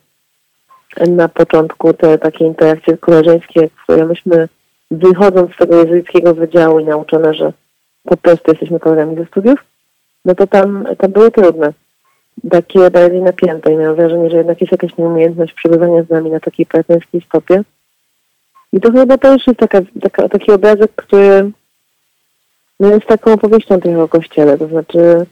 Na początku te takie interakcje koleżeńskie, które myśmy wychodząc z tego jezuickiego wydziału i nauczone, że po prostu jesteśmy kolegami ze studiów, no to tam, tam były trudne. Takie bardziej napięte i miałam wrażenie, że jednak jest jakaś nieumiejętność przebywania z nami na takiej partnerskiej stopie. I to chyba też jest taka, taka, taki obrazek, który no jest taką opowieścią trochę o Kościele, to znaczy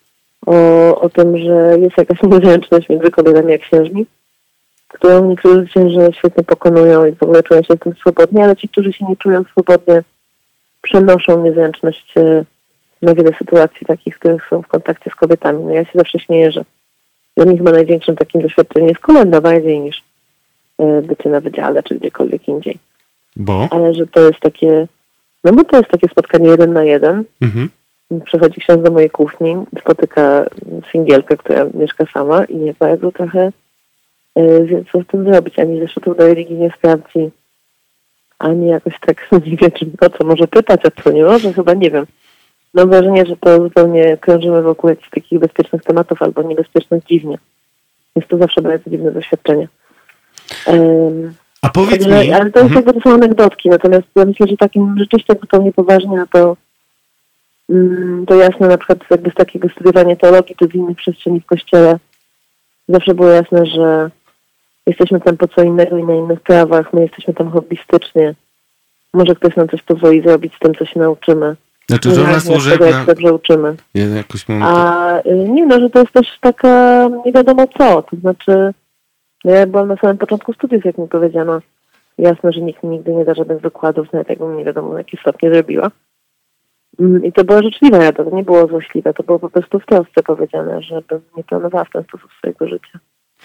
o, o tym, że jest jakaś niezręczność między kobietami a księżmi, którą niektórzy księży świetnie pokonują i w ogóle czują się w tym swobodnie, ale ci, którzy się nie czują swobodnie, przenoszą niezręczność na wiele sytuacji takich, w których są w kontakcie z kobietami. No ja się zawsze śmieję, że dla mnie chyba największym takim doświadczeniem jest kolenda bardziej niż bycie na wydziale, czy gdziekolwiek indziej. Bo? Ale że to jest takie, no bo to jest takie spotkanie jeden na jeden. Mhm. Przychodzi ksiądz do mojej kuchni, spotyka singielkę, która mieszka sama i nie bardzo trochę wie, co z tym zrobić. Ani zeszedł do religii nie sprawdzi, ani jakoś tak nie wie, czy o co może pytać, a co nie może, chyba nie wiem. Mam wrażenie, że to zupełnie krążymy wokół jakichś takich bezpiecznych tematów albo niebezpiecznych dziwnie. Jest to zawsze bardzo dziwne doświadczenie. Um, A powiedz także, mi... Ale to jest mhm. jakby to są anegdotki, natomiast ja myślę, że takim rzeczywiście zupełnie poważnie, no to um, to jasne, na przykład jakby z takiego studiowania teologii, to z innych przestrzeni w Kościele zawsze było jasne, że jesteśmy tam po co innego i na innych prawach, my jesteśmy tam hobbystycznie. Może ktoś nam coś pozwoli zrobić z tym, co się nauczymy. Znaczy, że ona służy tego, na... jak dobrze uczymy. Jakoś mam... A nie no, że to jest też taka nie wiadomo co. To znaczy, ja byłam na samym początku studiów, jak mi powiedziano. Jasne, że nikt mi nigdy nie da żadnych wykładów, nawet jakbym nie wiadomo jaki stopnie zrobiła. I to była życzliwa rada, to nie było złośliwe, to było po prostu w trosce powiedziane, żebym nie planowała w ten sposób swojego życia.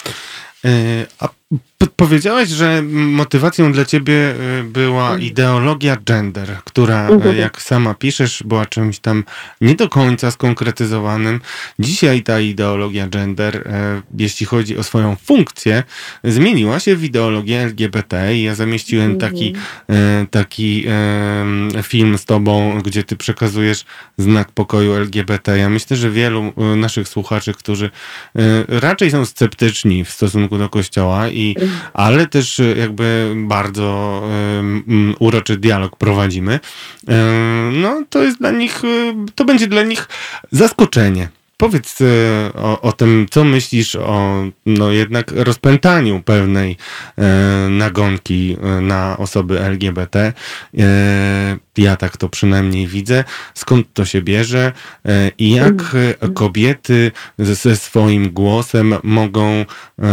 A p- powiedziałaś, że motywacją dla ciebie była ideologia gender, która, Mhm. jak sama piszesz, była czymś tam nie do końca skonkretyzowanym. Dzisiaj ta ideologia gender, jeśli chodzi o swoją funkcję, zmieniła się w ideologię L G B T. Ja zamieściłem Mhm. taki, taki film z tobą, gdzie ty przekazujesz znak pokoju L G B T. Ja myślę, że wielu naszych słuchaczy, którzy raczej są sceptyczni w stosunku do Kościoła i i, ale też jakby bardzo um, uroczy dialog prowadzimy, um, no to jest dla nich, to będzie dla nich zaskoczenie. Powiedz o, o tym, co myślisz o no jednak rozpętaniu pewnej e, nagonki na osoby L G B T. E, ja tak to przynajmniej widzę. Skąd to się bierze e, i jak e, kobiety ze, ze swoim głosem mogą e,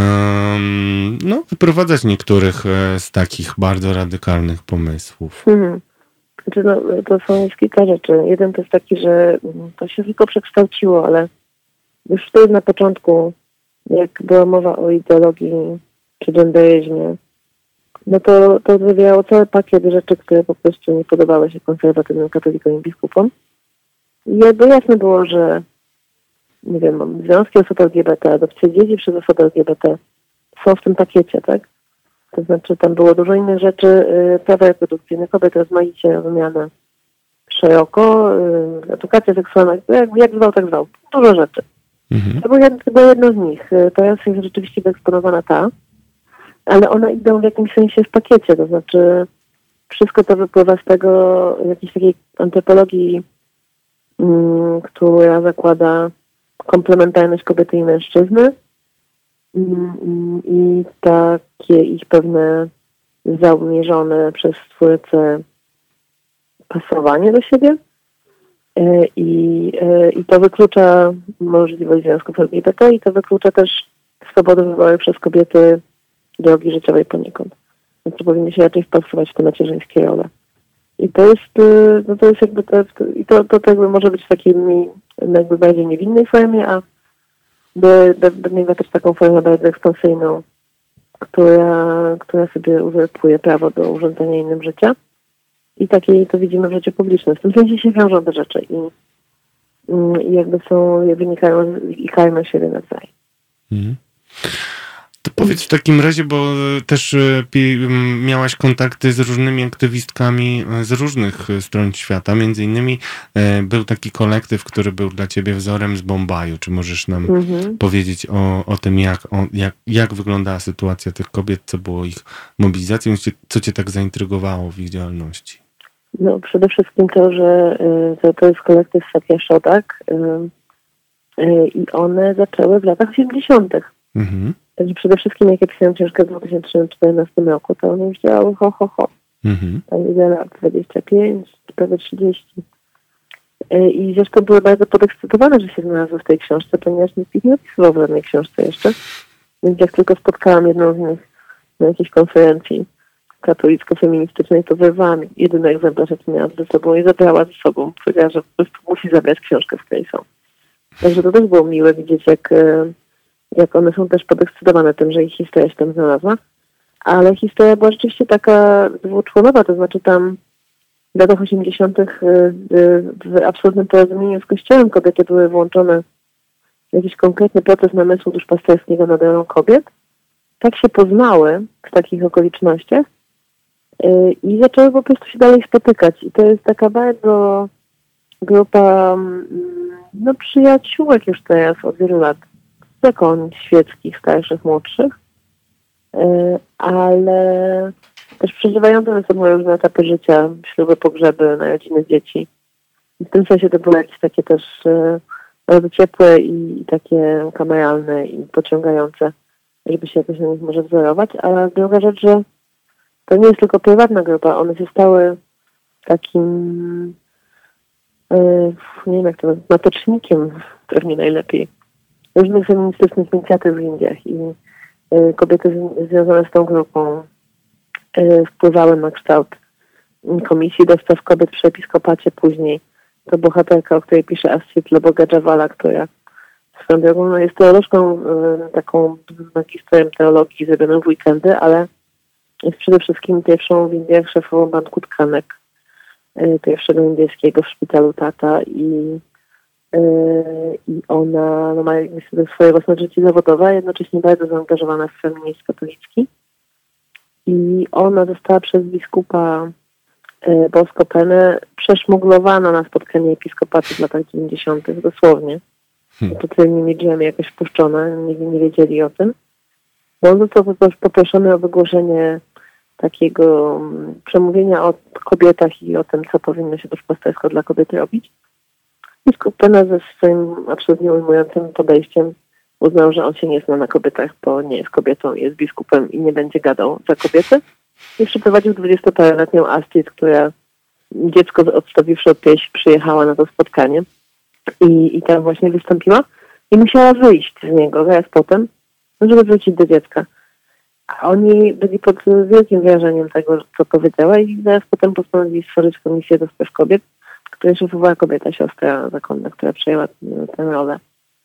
no, wyprowadzać niektórych z takich bardzo radykalnych pomysłów. Mhm. Znaczy, no, to są już kilka rzeczy. Jeden to jest taki, że to się tylko przekształciło, ale już wtedy na początku, jak była mowa o ideologii czy genderyzmie, no to, to zawierało cały pakiet rzeczy, które po prostu nie podobały się konserwatywnym katolikom i biskupom. I jakby jasne było, że nie wiem, związki osób L G B T, adopcje dzieci przez osoby L G B T są w tym pakiecie, tak? To znaczy tam było dużo innych rzeczy, yy, prawa reprodukcyjne, kobiety rozmaicie rozumiane szeroko, yy, edukacja seksualna, jak, jak zwał, tak zwał. Dużo rzeczy. Mhm. To, było jedno, to było jedno z nich. Teraz jest rzeczywiście wyeksponowana ta, ale one idą w jakimś sensie w pakiecie, to znaczy wszystko to wypływa z tego jakiejś takiej antropologii, mm, która zakłada komplementarność kobiety i mężczyzny mm, i takie ich pewne zamierzone przez twórcę pasowanie do siebie. I, I to wyklucza możliwość związków L G B T i to wyklucza też swobodę wyboru przez kobiety drogi życiowej poniekąd. Znaczy powinny się raczej wpasować w te macierzyńskie role. I to jest, no to jest jakby to, i to, to, to jakby może być w takiej jakby bardziej niewinnej formie, a Bednego też taką formę bardzo ekspansyjną, która, która sobie uzurpuje prawo do urządzenia innym życia. I takiej to widzimy w życiu publicznym. W tym sensie się wiążą te rzeczy i, i jakby są, wynikają i karmią siebie nawzajem. Mhm. To powiedz w takim razie, bo też miałaś kontakty z różnymi aktywistkami z różnych stron świata. Między innymi był taki kolektyw, który był dla ciebie wzorem z Bombaju. Czy możesz nam mhm. powiedzieć o, o tym, jak, o, jak, jak wyglądała sytuacja tych kobiet, co było ich mobilizacją, co cię tak zaintrygowało w ich działalności? No przede wszystkim to, że to, to jest kolektyw Satya Shodak i one zaczęły w latach osiemdziesiątych. Mhm. Także przede wszystkim jak ja pisałem książkę w dwa tysiące czternastym roku, to one już działały ho, ho, ho. Mhm. Tam ile lat? dwadzieścia pięć, prawie trzydzieści. I zresztą były bardzo podekscytowane, że się znalazły w tej książce, ponieważ nikt ich nie opisywał w żadnej książce jeszcze. Więc jak tylko spotkałam jedną z nich na jakiejś konferencji katolicko-feministycznej, to wyrwałam jedyny egzemplarz, jaki miałam ze sobą i zabrała ze sobą. Powiedziała, że po prostu musi zabrać książkę, w której są. Także to też było miłe widzieć, jak, jak one są też podekscytowane tym, że ich historia się tam znalazła. Ale historia była rzeczywiście taka dwuczłonowa, to znaczy tam w latach osiemdziesiątych w absolutnym porozumieniu z Kościołem kobiety były włączone w jakiś konkretny proces namysłu duszpasterskiego nad rolą kobiet. Tak się poznały w takich okolicznościach i zaczęły po prostu się dalej spotykać. I to jest taka bardzo grupa no, przyjaciółek już teraz od wielu lat, zakon świeckich, starszych, młodszych, ale też przeżywające ze sobą różne etapy życia, śluby, pogrzeby, narodziny dzieci. I w tym sensie to było jakieś takie też bardzo ciepłe i, i takie kameralne i pociągające, żeby się jakoś na nich może wzorować. A druga rzecz, że to nie jest tylko prywatna grupa, one się stały takim, yy, nie wiem jak to nazwać, matecznikiem pewnie najlepiej, różnych feministycznych inicjatyw w Indiach i yy, kobiety z, związane z tą grupą yy, wpływały na kształt Komisji do Spraw Kobiet przy Episkopacie później. To bohaterka, o której pisze Astrid Lobogadżawala, która swoją drogą no, jest teolożką, yy, taką magistrem teologii zrobioną w weekendy, ale jest przede wszystkim pierwszą w Indiach szefową banku tkanek, yy, pierwszego indyjskiego w szpitalu Tata i, yy, i ona no, ma swoje własne życie zawodowe, jednocześnie bardzo zaangażowana w feminizm katolicki i ona została przez biskupa yy, Bosco Penę przeszmuglowana na spotkanie episkopatu w latach dziewięćdziesiątych dosłownie. Hmm. To tylnymi drzwiami jakoś wpuszczone, nie, nie wiedzieli o tym. No został poproszony o wygłoszenie takiego przemówienia o kobietach i o tym, co powinno się to w Polsce dla kobiety robić. Biskup Pena ze swoim absolutnie ujmującym podejściem uznał, że on się nie zna na kobietach, bo nie jest kobietą, jest biskupem i nie będzie gadał za kobiety. I przyprowadził dwudziestoparoletnią Astrid, która dziecko odstawiwszy od pieśń przyjechała na to spotkanie i, i tam właśnie wystąpiła i musiała wyjść z niego zaraz potem, żeby wrócić do dziecka. A oni byli pod wielkim wrażeniem tego, co powiedziała i zaraz potem postanowili stworzyć komisję do spraw kobiet, której szefowała kobieta, siostra zakonna, która przejęła tę rolę.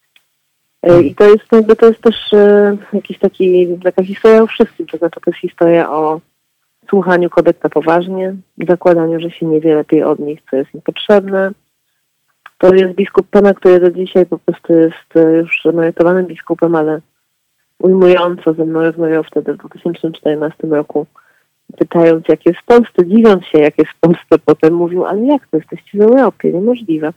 I to jest jakby to jest też e, jakiś taki, taka historia o wszystkim, to znaczy to jest historia o słuchaniu kobiet na poważnie, zakładaniu, że się nie wie lepiej od nich, co jest im potrzebne. To jest biskup Pena, który do dzisiaj po prostu jest już emerytowanym biskupem, ale ujmująco ze mną rozmawiał wtedy w dwa tysiące czternastym roku, pytając, jak jest w Polsce, dziwiąc się, jak jest w Polsce, potem mówił, ale jak to, jesteście w Europie, niemożliwe.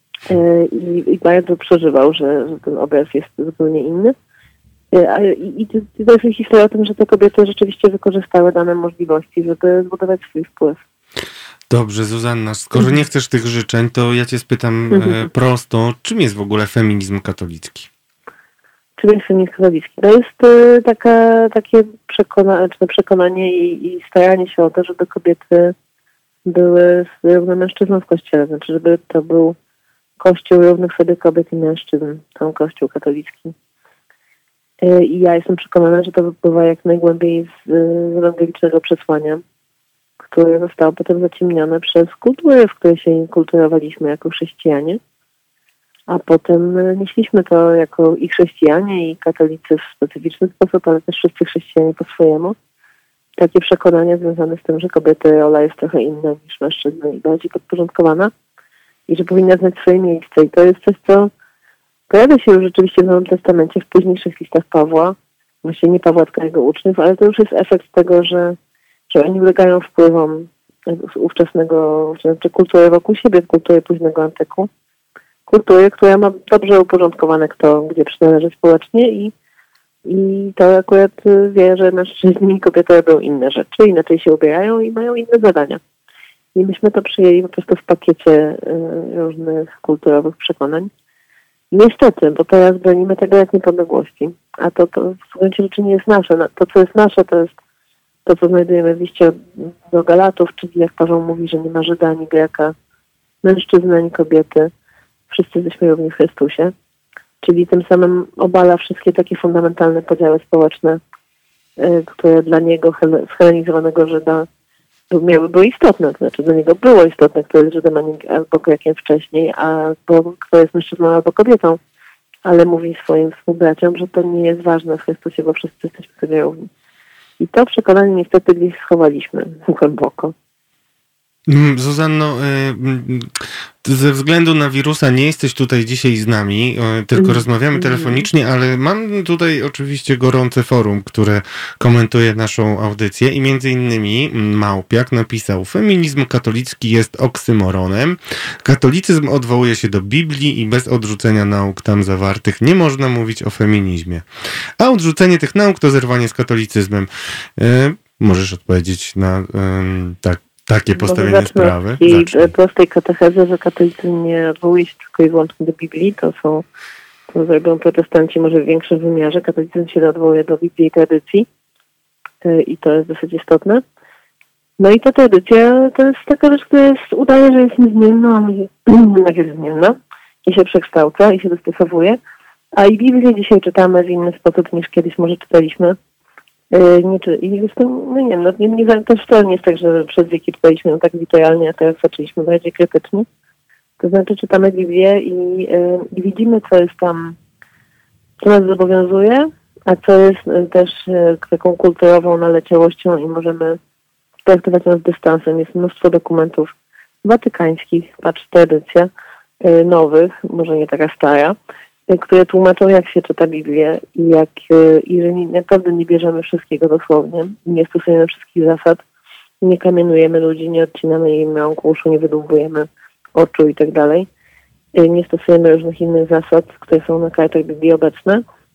I, i bardzo przeżywał, że, że ten obraz jest zupełnie inny. I, i, i to jest historia o tym, że te kobiety rzeczywiście wykorzystały dane możliwości, żeby zbudować swój wpływ. Dobrze, Zuzanna, skoro nie chcesz tych życzeń, to ja cię spytam e, prosto, czym jest w ogóle feminizm katolicki? Czym jest feminizm katolicki? To jest e, taka, takie przekona, czy przekonanie i, i staranie się o to, żeby kobiety były równe mężczyznom w Kościele, znaczy, żeby to był Kościół równych sobie kobiet i mężczyzn, ten Kościół katolicki. I ja jestem przekonana, że to wypływa jak najgłębiej z, z ewangelicznego przesłania, które zostało potem zaciemnione przez kulturę, w której się kulturowaliśmy jako chrześcijanie, a potem nieśliśmy to jako i chrześcijanie, i katolicy w specyficzny sposób, ale też wszyscy chrześcijanie po swojemu. Takie przekonania związane z tym, że kobiety rola jest trochę inna niż mężczyzny i bardziej podporządkowana i że powinna znać swoje miejsce. I to jest coś, co pojawia się już rzeczywiście w Nowym Testamencie, w późniejszych listach Pawła, właśnie nie Pawła, tylko jego uczniów, ale to już jest efekt tego, że, że oni ulegają wpływom ówczesnego, czy kultury wokół siebie, kultury późnego antyku. Kultury, która ma dobrze uporządkowane kto, gdzie przynależy społecznie i, i to akurat wie, że mężczyźni i kobiety robią inne rzeczy, inaczej się ubierają i mają inne zadania. I myśmy to przyjęli po prostu w pakiecie y, różnych kulturowych przekonań. Niestety, bo teraz bronimy tego jak niepodległości, a to, to w gruncie rzeczy nie jest nasze. To, co jest nasze, to jest to, co znajdujemy w liście do Galatów, czyli jak Paweł mówi, że nie ma Żyda ani Greka, mężczyzny ani kobiety, wszyscy jesteśmy równi w Chrystusie, czyli tym samym obala wszystkie takie fundamentalne podziały społeczne, y, które dla niego, zhelenizowanego Żyda, miały, były istotne, to znaczy dla niego było istotne, kto jest Żydem albo Grekiem wcześniej, albo kto jest mężczyzną albo kobietą, ale mówi swoim współbraciom, że to nie jest ważne w Chrystusie, bo wszyscy jesteśmy sobie równi. I to przekonanie niestety gdzieś schowaliśmy głęboko. Zuzanno, ze względu na wirusa nie jesteś tutaj dzisiaj z nami, tylko rozmawiamy telefonicznie, ale mam tutaj oczywiście gorące forum, które komentuje naszą audycję i między innymi Małpiak napisał: feminizm katolicki jest oksymoronem, katolicyzm odwołuje się do Biblii i bez odrzucenia nauk tam zawartych nie można mówić o feminizmie. A odrzucenie tych nauk to zerwanie z katolicyzmem. Możesz odpowiedzieć na tak. Takie postawienie sprawy. I prostej katechezy, że katolicyzm nie odwołuje się tylko i wyłącznie do Biblii. To są, to zrobią protestanci może w większym wymiarze. Katolicyzm się odwołuje do Biblii i tradycji. I to jest dosyć istotne. No i ta tradycja to jest taka rzecz, która jest, udaje, że jest niezmienna, a jednak jest zmienna. I się przekształca, i się dostosowuje. A i Biblię dzisiaj czytamy w inny sposób niż kiedyś może czytaliśmy. Nie, czy, i jestem, no nie, no, nie, nie, też wcale nie jest tak, że przez wieki czytaliśmy ją tak literalnie, a teraz zaczęliśmy bardziej krytycznie. To znaczy czytamy Biblię i, yy, i widzimy, co jest tam, co nas zobowiązuje, a co jest yy, też yy, taką kulturową naleciałością i możemy traktować ją z dystansem. Jest mnóstwo dokumentów watykańskich, patrz, tradycja, yy, nowych, może nie taka stara, które tłumaczą, jak się czyta Biblię i jak, i że nie, naprawdę nie bierzemy wszystkiego dosłownie, nie stosujemy wszystkich zasad, nie kamienujemy ludzi, nie odcinamy im rąk, uszu, nie wydłubujemy oczu i tak dalej. Nie stosujemy różnych innych zasad, które są na kartach Biblii obecne,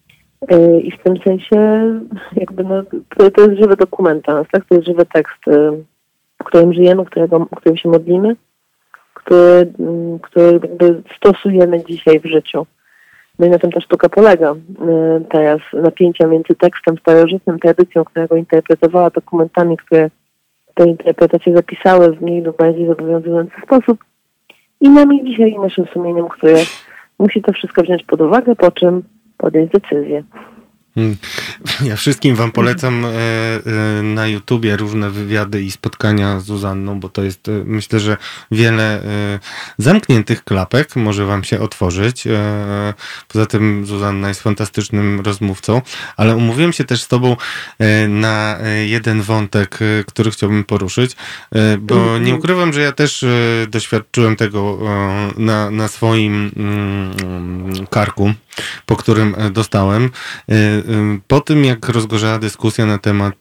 I w tym sensie jakby no, to, to jest żywy dokument dla nas, tak? To jest żywy tekst, w którym żyjemy, którego, którym się modlimy, który, który jakby stosujemy dzisiaj w życiu. No i na tym ta sztuka polega. Teraz napięcia między tekstem starożytnym, tradycją, która go interpretowała, dokumentami, które te interpretacje zapisały w mniej lub bardziej zobowiązujący sposób i nami dzisiaj i naszym sumieniem, które musi to wszystko wziąć pod uwagę, po czym podjąć decyzję. Ja wszystkim wam polecam na YouTubie różne wywiady i spotkania z Zuzanną, bo to jest, myślę, że wiele zamkniętych klapek może wam się otworzyć. Poza tym Zuzanna jest fantastycznym rozmówcą, ale umówiłem się też z tobą na jeden wątek, który chciałbym poruszyć, bo nie ukrywam, że ja też doświadczyłem tego na, na swoim karku, po którym dostałem. Po tym, jak rozgorzała dyskusja na temat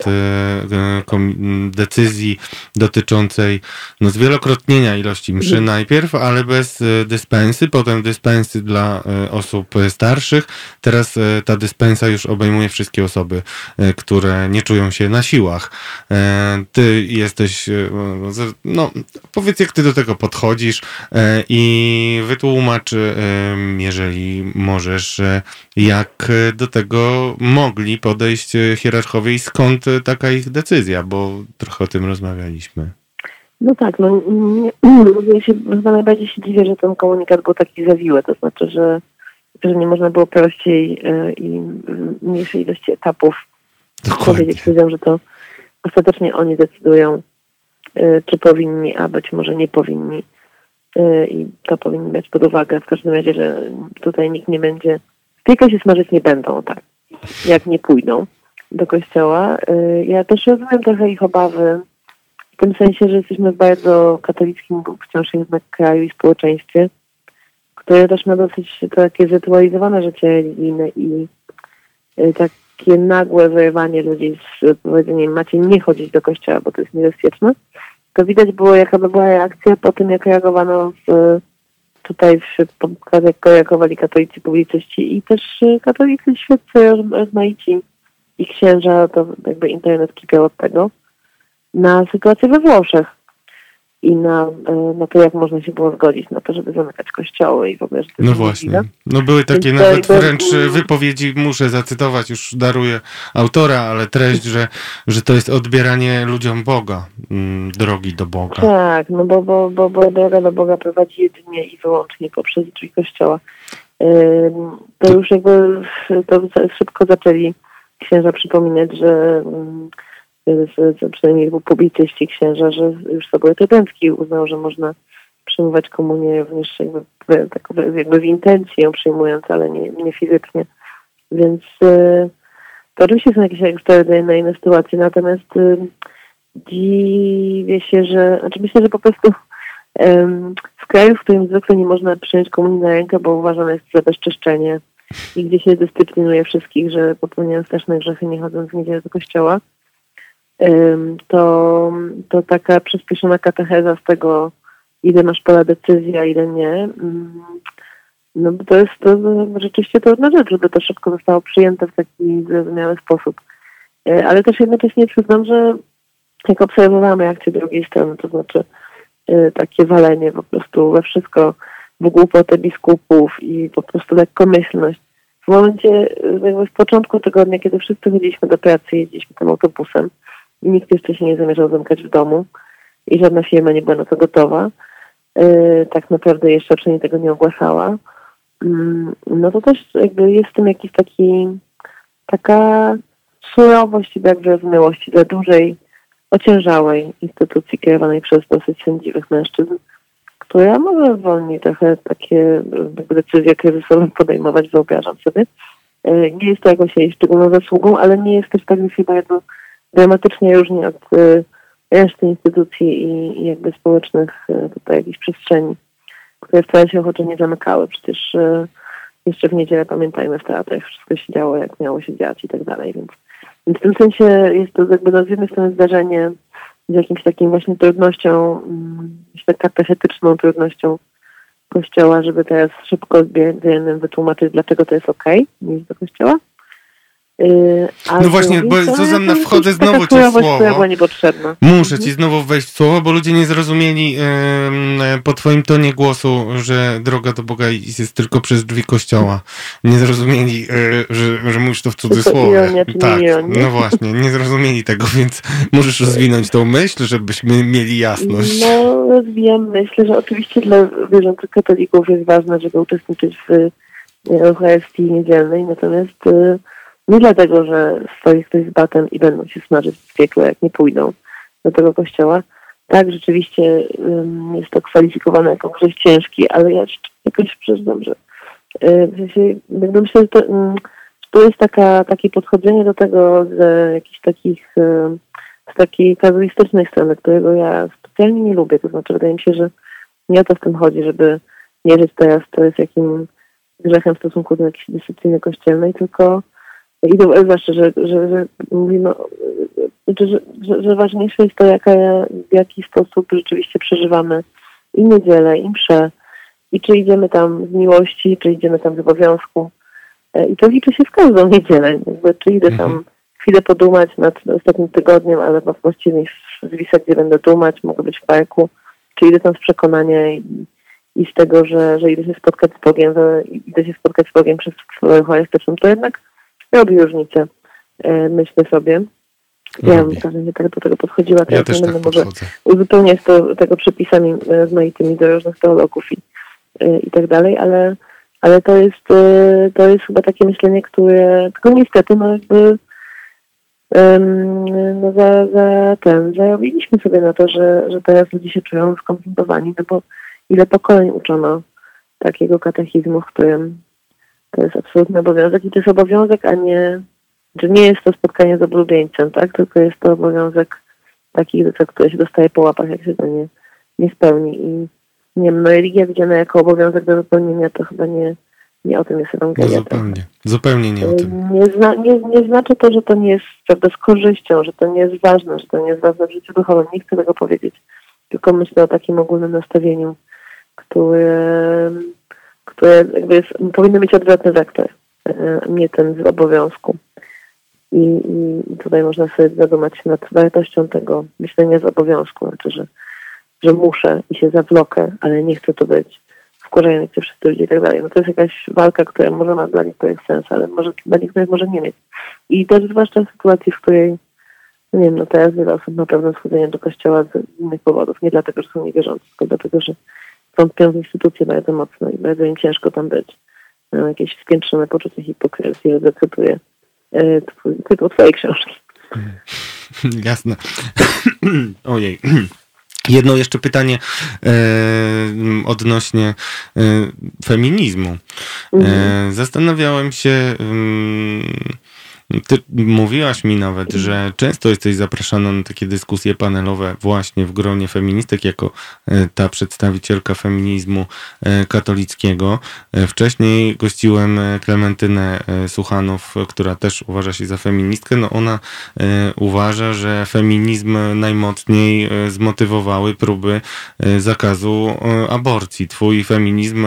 decyzji dotyczącej no, zwielokrotnienia ilości mszy najpierw, ale bez dyspensy, potem dyspensy dla osób starszych. Teraz ta dyspensa już obejmuje wszystkie osoby, które nie czują się na siłach. Ty jesteś, no powiedz, jak ty do tego podchodzisz i wytłumacz, jeżeli możesz, jak do tego mogli podejść hierarchowie i skąd taka ich decyzja, bo trochę o tym rozmawialiśmy. No tak, no nie, ja się, chyba najbardziej się dziwię, że ten komunikat był taki zawiły, to znaczy, że, że nie można było prościej yy, i mniejszej ilości etapów Dokładnie. powiedzieć ludziom, że to ostatecznie oni decydują, yy, czy powinni, a być może nie powinni yy, i to powinni brać pod uwagę. W każdym razie, że tutaj nikt nie będzie, tylko się smażyć nie będą, tak, jak nie pójdą do kościoła. Yy, ja też rozumiem trochę ich obawy, w tym sensie, że jesteśmy w bardzo katolickim wciąż jednak kraju i społeczeństwie, które też ma dosyć takie zrytualizowane życie religijne i takie nagłe wyrywanie ludzi z powiedzeniem macie nie chodzić do kościoła, bo to jest niebezpieczne. To widać było, jaka by była reakcja po tym, jak reagowano w, tutaj, w, jak reagowali katolicy publicyści i też katolicy świeccy rozmaici i księża, to jakby internet kipiał od tego, na sytuację we Włoszech i na, na to, jak można się było zgodzić na to, żeby zamykać kościoły i w ogóle, że to No właśnie. Możliwe. No były takie Więc nawet to, wręcz to... wypowiedzi, muszę zacytować, już daruję autora, ale treść, że, że to jest odbieranie ludziom Boga, drogi do Boga. Tak, no bo, bo, bo, bo droga do Boga prowadzi jedynie i wyłącznie poprzez drzwi kościoła. To, to już jakby to szybko zaczęli księża przypominać, że przynajmniej publicyści księża, że już Sobór Trydencki uznał, że można przyjmować komunię również jakby, tak, jakby w intencji ją przyjmując, ale nie, nie fizycznie. Więc y, to oczywiście są jakieś ekstremalne inne sytuacje, natomiast y, dziwię się, że, znaczy myślę, że po prostu y, w kraju, w którym zwykle nie można przyjąć komunii na rękę, bo uważane jest za bezczyszczenie i gdzie się dyscyplinuje wszystkich, że popełniają straszne grzechy nie chodząc w niedzielę do kościoła, to, to taka przyspieszona katecheza z tego, ile masz pola decyzji, a ile nie, no to jest to, rzeczywiście trudna rzecz, żeby to szybko zostało przyjęte w taki zrozumiały sposób. Ale też jednocześnie przyznam, że jak obserwowałam reakcję drugiej strony, to znaczy takie walenie po prostu we wszystko, w głupotę biskupów i po prostu lekkomyślność. W momencie, jakby w początku tygodnia, kiedy wszyscy chodziliśmy do pracy, jeździliśmy tym autobusem, i nikt jeszcze się nie zamierzał zamykać w domu i żadna firma nie była na to gotowa. Yy, tak naprawdę jeszcze przynajmniej tego nie ogłaszała. Yy, no to też jakby jest w tym jakiś taki taka surowość i brak wyrozumiałości dla dużej, ociężałej instytucji kierowanej przez dosyć sędziwych mężczyzn, która może wolniej trochę takie decyzje kryzysowe podejmować, wyobrażam sobie. Yy, nie jest to jakąś jej szczególną zasługą, ale nie jest też tak chyba jedno dramatycznie różni od y, reszty instytucji i, i jakby społecznych y, tutaj jakichś przestrzeni, które wcale się ochoczo nie zamykały. Przecież y, jeszcze w niedzielę, pamiętajmy, w teatrach wszystko się działo, jak miało się dziać i tak dalej. Więc, więc w tym sensie jest to jakby no, z jednej strony zdarzenie z jakimś takim właśnie trudnością, myślę, katechetyczną trudnością Kościoła, żeby teraz szybko z biednym wytłumaczyć, dlaczego to jest okej, okay, nie iść do Kościoła. Yy, No właśnie, bo Zuzanna, wchodzę znowu ci w słowo. Która była niepotrzebna. Muszę ci znowu wejść w słowo, bo ludzie nie zrozumieli yy, po twoim tonie głosu, że droga do Boga jest tylko przez drzwi kościoła. Nie zrozumieli, yy, że, że mówisz to w cudzysłowie. Ironia, czy tak, nie ironia? no właśnie, nie zrozumieli tego, więc możesz rozwinąć tą myśl, żebyśmy mieli jasność. No, rozwijam myśl, że oczywiście dla wierzących katolików jest ważne, żeby uczestniczyć w Eucharystii niedzielnej, natomiast yy, nie dlatego, że stoi ktoś z batem i będą się smażyć w piekle, jak nie pójdą do tego kościoła. Tak, rzeczywiście um, jest to kwalifikowane jako grzech ciężki, ale ja jakoś przyznam, że y, w sensie, jakby myślę, że to, um, to jest taka, takie podchodzenie do tego z jakichś takich, y, z takiej kazuistycznej strony, którego ja specjalnie nie lubię. To znaczy, wydaje mi się, że nie o to w tym chodzi, żeby mierzyć teraz to jest jakim grzechem w stosunku do jakiejś dyscypliny kościelnej, tylko I to, zwłaszcza, że, że, że mówimy, że, że, że ważniejsze jest to, jaka, w jaki sposób rzeczywiście przeżywamy i niedzielę, i mszę, i czy idziemy tam z miłości, czy idziemy tam z obowiązku. I to liczy się w każdą niedzielę. Jakby, czy idę tam chwilę podumać nad ostatnim tygodniem, ale właściwie zwisać, gdzie będę dumać, mogę być w parku, czy idę tam z przekonania i, i z tego, że, że idę się spotkać z Bogiem, że idę się spotkać z Bogiem przez swoją eucharystyczną, to jednak robi różnicę, e, myślę sobie. Ja bym pewnie tak do tego podchodziła. Ja też tak może podchodzę. uzupełniać to, tego przepisami rozmaitymi do różnych teologów i, e, i tak dalej, ale, ale to jest e, to jest chyba takie myślenie, które tylko niestety no jakby um, no za, za ten, zarobiliśmy sobie na to, że, że teraz ludzie się czują skonfrontowani, no bo ile pokoleń uczono takiego katechizmu, w którym to jest absolutny obowiązek i to jest obowiązek, a nie, że nie jest to spotkanie z oblubieńcem, tak? Tylko jest to obowiązek taki, za który się dostaje po łapach, jak się to nie, nie spełni. I nie wiem, no religia widziana jako obowiązek do wypełnienia, to chyba nie, nie o tym jest Ewangelia. No zupełnie, tak? zupełnie nie o tym. Nie, zna, nie, nie znaczy to, że to nie jest prawda, z korzyścią, że to nie jest ważne, że to nie jest ważne w życiu duchowym. Nie chcę tego powiedzieć, tylko myślę o takim ogólnym nastawieniu, które... które jakby jest, powinny mieć odwrotny wektor, nie ten z obowiązku. I, i tutaj można sobie zadumać się nad wartością tego myślenia z obowiązku, znaczy, że, że muszę i się zawlokę, ale nie chcę to być, wkurzając nie chcę wszyscy ludzie i tak dalej. No to jest jakaś walka, która może ma dla niektórych sens, ale może dla niektórych może nie mieć. I też zwłaszcza w sytuacji, w której, no nie wiem, no teraz wiele osób ma pewne schodzenie do kościoła z innych powodów, nie dlatego, że są niewierzący, tylko dlatego, że wątpią w instytucje bardzo mocno i bardzo im ciężko tam być. Mają jakieś spiętrzone poczucie hipokryzji, ja zacytuję e, twój, tytuł twojej książki. Jasne. Ojej. Jedno jeszcze pytanie e, odnośnie e, feminizmu. Mhm. E, zastanawiałem się... Mm, Ty mówiłaś mi nawet, że często jesteś zapraszana na takie dyskusje panelowe właśnie w gronie feministek jako ta przedstawicielka feminizmu katolickiego. Wcześniej gościłem Klementynę Suchanow, która też uważa się za feministkę. No ona uważa, że feminizm najmocniej zmotywowały próby zakazu aborcji. Twój feminizm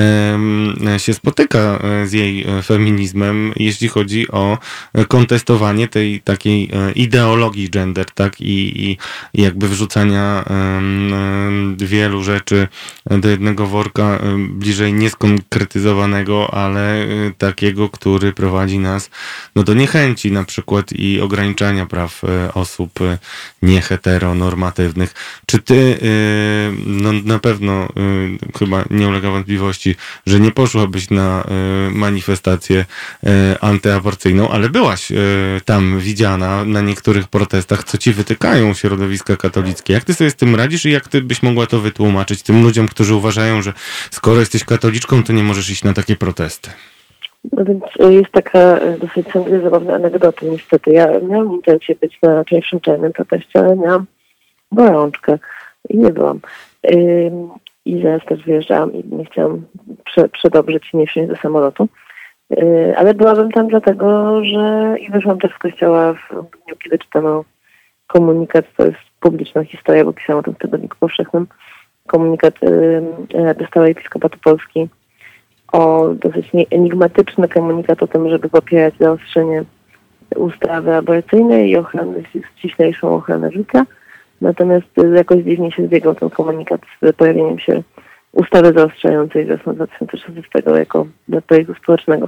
się spotyka z jej feminizmem, jeśli chodzi o kontestowanie tej takiej ideologii gender, tak, i, i jakby wrzucania um, wielu rzeczy do jednego worka, bliżej nieskonkretyzowanego, ale takiego, który prowadzi nas no, do niechęci na przykład i ograniczania praw osób nieheteronormatywnych. Czy ty no, na pewno chyba nie ulega wątpliwości, że nie poszłabyś na manifestację antyaborcyjną, ale byłaś y, tam widziana na niektórych protestach, co ci wytykają środowiska katolickie. Jak ty sobie z tym radzisz i jak ty byś mogła to wytłumaczyć tym ludziom, którzy uważają, że skoro jesteś katoliczką, to nie możesz iść na takie protesty? No więc jest taka dosyć ciągle zabawna anegdota niestety. Ja miałam intencję być na pierwszym czarnym proteście, ale miałam gorączkę i nie byłam. Ym, I zaraz też wyjeżdżałam i nie chciałam prze, przedobrzyć i nie wsiąść do samolotu. Ale byłabym tam dlatego, że i wyszłam też z kościoła w dniu, kiedy czytano komunikat, to jest publiczna historia, bo pisałam o tym w Tygodniku Powszechnym, komunikat Rady Stałej Episkopatu Polski o dosyć enigmatyczny komunikat o tym, żeby popierać zaostrzenie ustawy aborcyjnej i ochrony, ściślejszą ochronę życia. Natomiast jakoś dziwnie się zbiegał ten komunikat z pojawieniem się ustawy zaostrzającej wiosną dwa tysiące szesnastego jako projektu społecznego.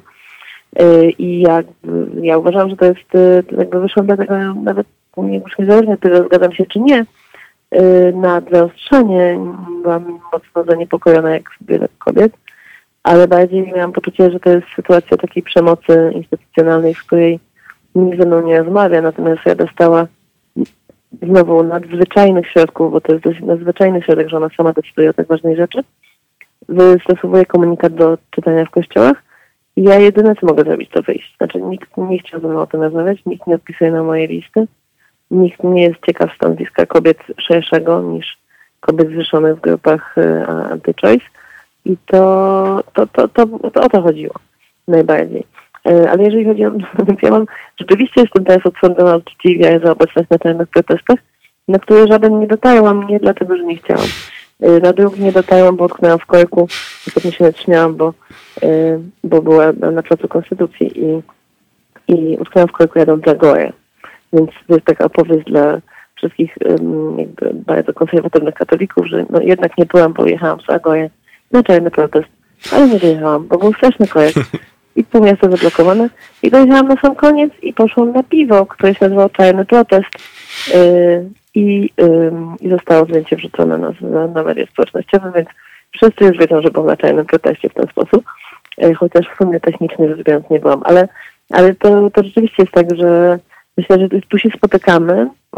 I ja, ja uważam, że to jest, jakby wyszło dlatego nawet już niezależnie od tego, zgadzam się czy nie, na zaostrzenie byłam mocno zaniepokojona jak wiele kobiet, ale bardziej miałam poczucie, że to jest sytuacja takiej przemocy instytucjonalnej, w której nikt ze mną nie rozmawia, natomiast ja dostała znowu nadzwyczajnych środków, bo to jest dość nadzwyczajny środek, że ona sama decyduje o tak ważnej rzeczy, wystosowuje komunikat do czytania w kościołach i ja jedyne co mogę zrobić to wyjść. Znaczy nikt nie chciał ze mną o tym rozmawiać, nikt nie odpisuje na moje listy, nikt nie jest ciekaw stanowiska kobiet szerszego niż kobiet zrzeszonych w grupach anti-choice i to, to, to, to, to o to chodziło najbardziej. Ale jeżeli chodzi o... ja mam, rzeczywiście jestem teraz odsądzona od uczciwie za obecność na tajnych protestach, na które żaden nie dotarłam, nie dlatego, że nie chciałam. Na drugi nie dotarłam, bo utknęłam w korku i potem się natrzymałam, bo, bo była na placu Konstytucji i, i utknęłam w korku jadąc dla Gory. Więc to jest taka opowieść dla wszystkich jakby bardzo konserwatywnych katolików, że no jednak nie byłam, bo jechałam z Agory na czarny protest, ale nie dojechałam, bo był straszny korek. I pół miasta zablokowane. I dojechałam na sam koniec i poszłam na piwo, które się nazywało Czarny Protest. Yy, i, yy, I zostało zdjęcie wrzucone na, na, na media społecznościowe, więc wszyscy już wiedzą, że byłam na Czarnym Proteście w ten sposób. Yy, chociaż w sumie technicznie rzecz biorąc nie byłam. Ale, ale to, to rzeczywiście jest tak, że myślę, że tu się spotykamy yy,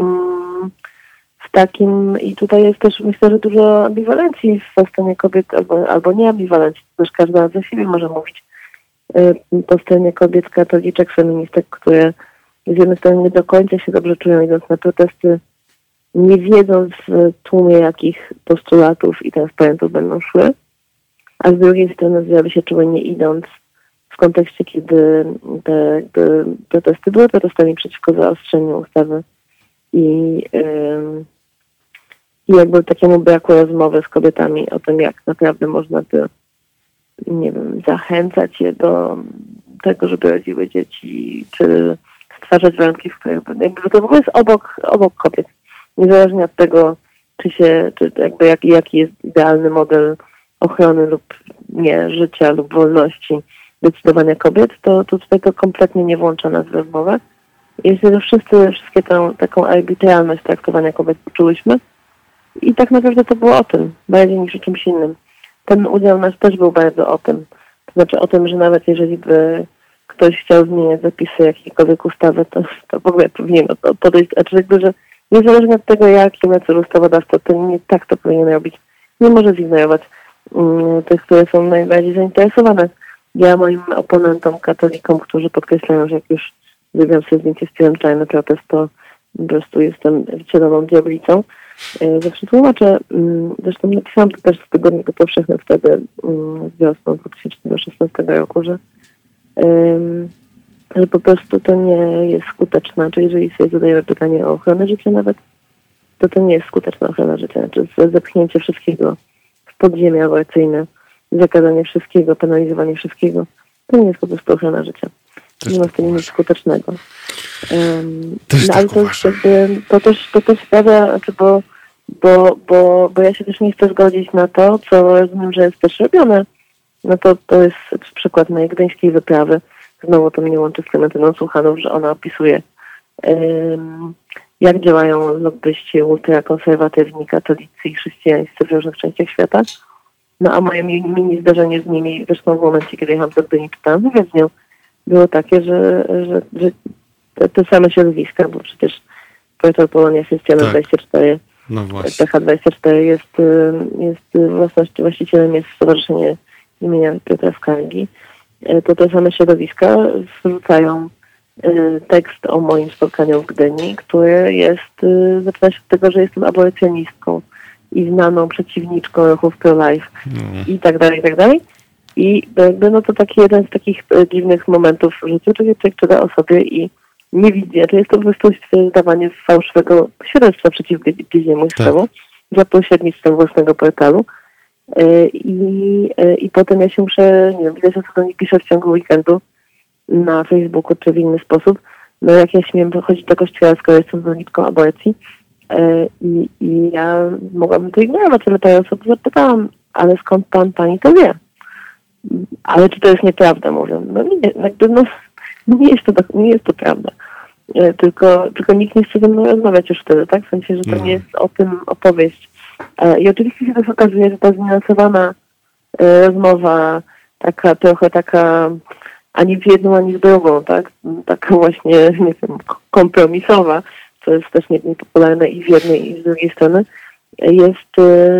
w takim... I tutaj jest też, myślę, że dużo ambiwalencji w stronie kobiet, albo, albo nie ambiwalencji, też każda za siebie może mówić. Po stronie kobiet, katoliczek, feministek, które z jednej strony nie do końca się dobrze czują idąc na protesty, nie wiedząc w tłumie jakich postulatów i transparentów będą szły, a z drugiej strony zjawy się czuły nie idąc w kontekście, kiedy te jakby protesty były protestami przeciwko zaostrzeniu ustawy i, yy, i jakby takiemu braku rozmowy z kobietami o tym, jak naprawdę można by nie wiem, zachęcać je do tego, żeby rodziły dzieci, czy stwarzać warunki, w których jakby to w ogóle jest obok, obok kobiet. Niezależnie od tego, czy się, czy jakby jak, jaki jest idealny model ochrony lub nie, życia lub wolności decydowania kobiet, to, to tutaj to kompletnie nie włącza nas w rozmowę. Jeśli to wszyscy, wszystkie tę taką arbitralność traktowania kobiet poczułyśmy i tak naprawdę to było o tym, bardziej niż o czymś innym. Ten udział nasz też był bardzo o tym. To znaczy o tym, że nawet jeżeli by ktoś chciał zmieniać zapisy jakiejkolwiek ustawy, to, to w ogóle powinien podejść. Znaczy jakby, że niezależnie od tego, jaki ma cel ustawodawca, to nie tak to powinien robić. Nie może zignorować um, tych, które są najbardziej zainteresowane. Ja moim oponentom, katolikom, którzy podkreślają, że jak już zrobiłam sobie zdjęcie z Tirem Czarny Protest, to po prostu jestem wcieloną diablicą. Zawsze tłumaczę, zresztą napisałam to też w Tygodniku Powszechnym wtedy wiosną dwa tysiące szesnastego roku, że, że po prostu to nie jest skuteczne. Czyli jeżeli sobie zadajemy pytanie o ochronę życia nawet, to to nie jest skuteczna ochrona życia. Znaczy zepchnięcie wszystkiego w podziemie aborcyjne, zakazanie wszystkiego, penalizowanie wszystkiego, to nie jest po prostu ochrona życia. Też nie ma w tym nic skutecznego. Um, też no, tak ale to, jakby, to też to też sprawia, znaczy, bo, bo, bo, bo ja się też nie chcę zgodzić na to, co rozumiem, że jest też robione. No to, to jest przykład mojej gdyńskiej wyprawy. Znowu to mnie łączy z Klementyną Słuchanów, że ona opisuje um, jak działają lobbyści ultrakonserwatywni, katolicy i chrześcijańscy w różnych częściach świata. No a moje mini zdarzenie z nimi, zresztą w momencie, kiedy jechałam do Gdyni, czytałam wywiad z nią, było takie, że, że, że te, te same środowiska, bo przecież portal Polonia Chrześcijan tak. dwadzieścia cztery, no właśnie. P H dwadzieścia cztery jest, jest własność, właścicielem jest Stowarzyszenie imienia Piotra Skargi, to te same środowiska wrzucają tekst o moim spotkaniu w Gdyni, który jest, zaczyna się od tego, że jestem abolicjonistką i znaną przeciwniczką ruchów pro-life no. i tak dalej, i tak dalej. I jakby no to taki jeden z takich dziwnych momentów w życiu, czyli człowiek czyta o sobie i nie widzi, to jest to po prostu zdawanie fałszywego świadectwa przeciw bliźniemu swemu za pośrednictwem własnego portalu. I, i potem ja się muszę, nie wiem, widać, co do mnie pisze w ciągu weekendu na Facebooku czy w inny sposób, no jak ja śmiem chodzić do kościoła, skoro jestem zwolenniczką aborcji i, i ja mogłabym to ignorować, ale ta osoba zapytałam, ale skąd pan, pani to wie? Ale czy to jest nieprawda, mówią. No nie, jakby no, nie jest to tak, nie jest to prawda. Tylko, tylko nikt nie chce ze mną rozmawiać już wtedy, tak? W sensie, że to no. nie jest o tym opowieść. I oczywiście się też okazuje, że ta zniuansowana rozmowa, taka trochę taka ani w jedną, ani w drugą, tak? Taka właśnie, nie wiem, kompromisowa, co jest też niepopularne i z jednej, i z drugiej strony, jest,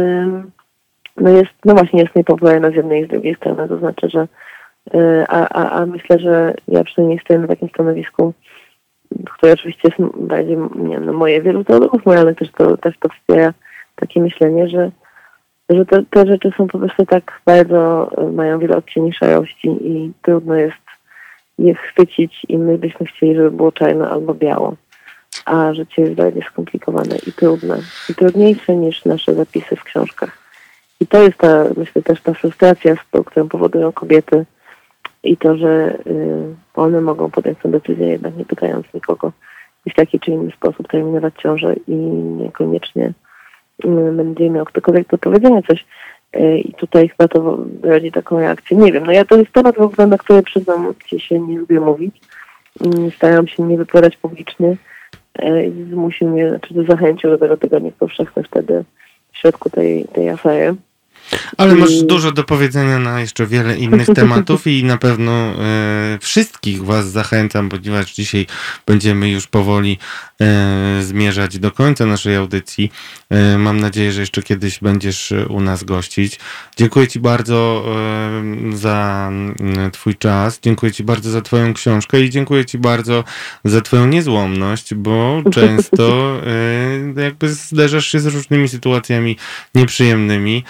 no jest, no właśnie jest niepopularna z jednej i z drugiej strony. To znaczy, że a, a, a myślę, że ja przynajmniej stoję na takim stanowisku, które oczywiście jest bardziej, nie wiem, no moje wielu teologów moralnych też to, też to wspiera takie myślenie, że, że te, te rzeczy są po prostu tak bardzo, mają wiele odcieni szarości i trudno jest je chwycić i my byśmy chcieli, żeby było czarno albo biało. A życie jest bardziej skomplikowane i trudne. I trudniejsze niż nasze zapisy w książkach. I to jest ta, myślę, też ta frustracja, którą powodują kobiety i to, że y, one mogą podjąć tę decyzję, jednak nie pytając nikogo w taki czy inny sposób terminować ciążę i niekoniecznie y, będzie miał ktokolwiek do powiedzenia coś. Y, I tutaj chyba to rodzi taką reakcję. Nie wiem, no ja to jest temat w ogóle, na który przyznam ci się nie lubię mówić. Y, staram się nie wypowiadać publicznie. Y, zmusił mnie, znaczy zachęcił do tego tygodnia powszechny wtedy w środku tej, tej afery. Ale masz dużo do powiedzenia na jeszcze wiele innych tematów i na pewno e, wszystkich was zachęcam, ponieważ dzisiaj będziemy już powoli e, zmierzać do końca naszej audycji. E, mam nadzieję, że jeszcze kiedyś będziesz u nas gościć. Dziękuję ci bardzo e, za twój czas, dziękuję ci bardzo za twoją książkę i dziękuję ci bardzo za twoją niezłomność, bo często e, jakby zderzasz się z różnymi sytuacjami nieprzyjemnymi.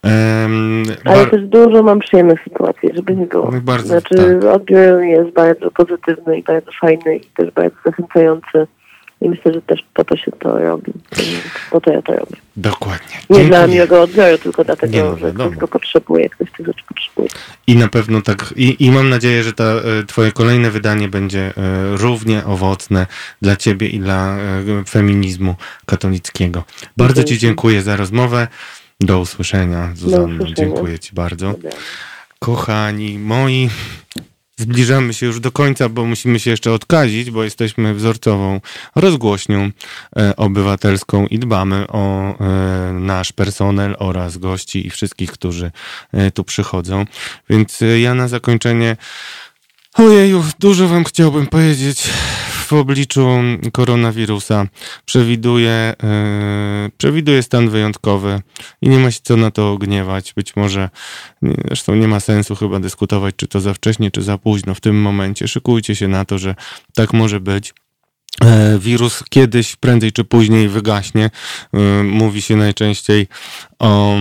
Ale bar- też dużo mam przyjemnych sytuacji, żeby nie było. Bardzo, znaczy tak. Odbiór jest bardzo pozytywny i bardzo fajny i też bardzo zachęcający. I myślę, że też po to się to robi. Po to ja to robię. Dokładnie. Nie Dziękuję. dla miłego odbioru, tylko dlatego, Nie, no, że wiadomo. ktoś go potrzebuje, ktoś tych rzeczy potrzebuje. I na pewno tak, i, i mam nadzieję, że ta, e, twoje kolejne wydanie będzie e, równie owocne dla ciebie i dla e, feminizmu katolickiego. Bardzo Dzięki. ci dziękuję za rozmowę. Do usłyszenia, Zuzanno. usłyszenia. Dziękuję ci bardzo. Dobra. Kochani moi, zbliżamy się już do końca, bo musimy się jeszcze odkazić, bo jesteśmy wzorcową rozgłośnią e, obywatelską i dbamy o e, nasz personel oraz gości i wszystkich, którzy e, tu przychodzą. Więc e, ja na zakończenie, ojeju, dużo wam chciałbym powiedzieć. W obliczu koronawirusa przewiduję, yy, przewiduję stan wyjątkowy i nie ma się co na to gniewać. Być może, zresztą nie ma sensu chyba dyskutować, czy to za wcześnie, czy za późno w tym momencie. Szykujcie się na to, że tak może być. Wirus kiedyś, prędzej czy później wygaśnie. Mówi się najczęściej o,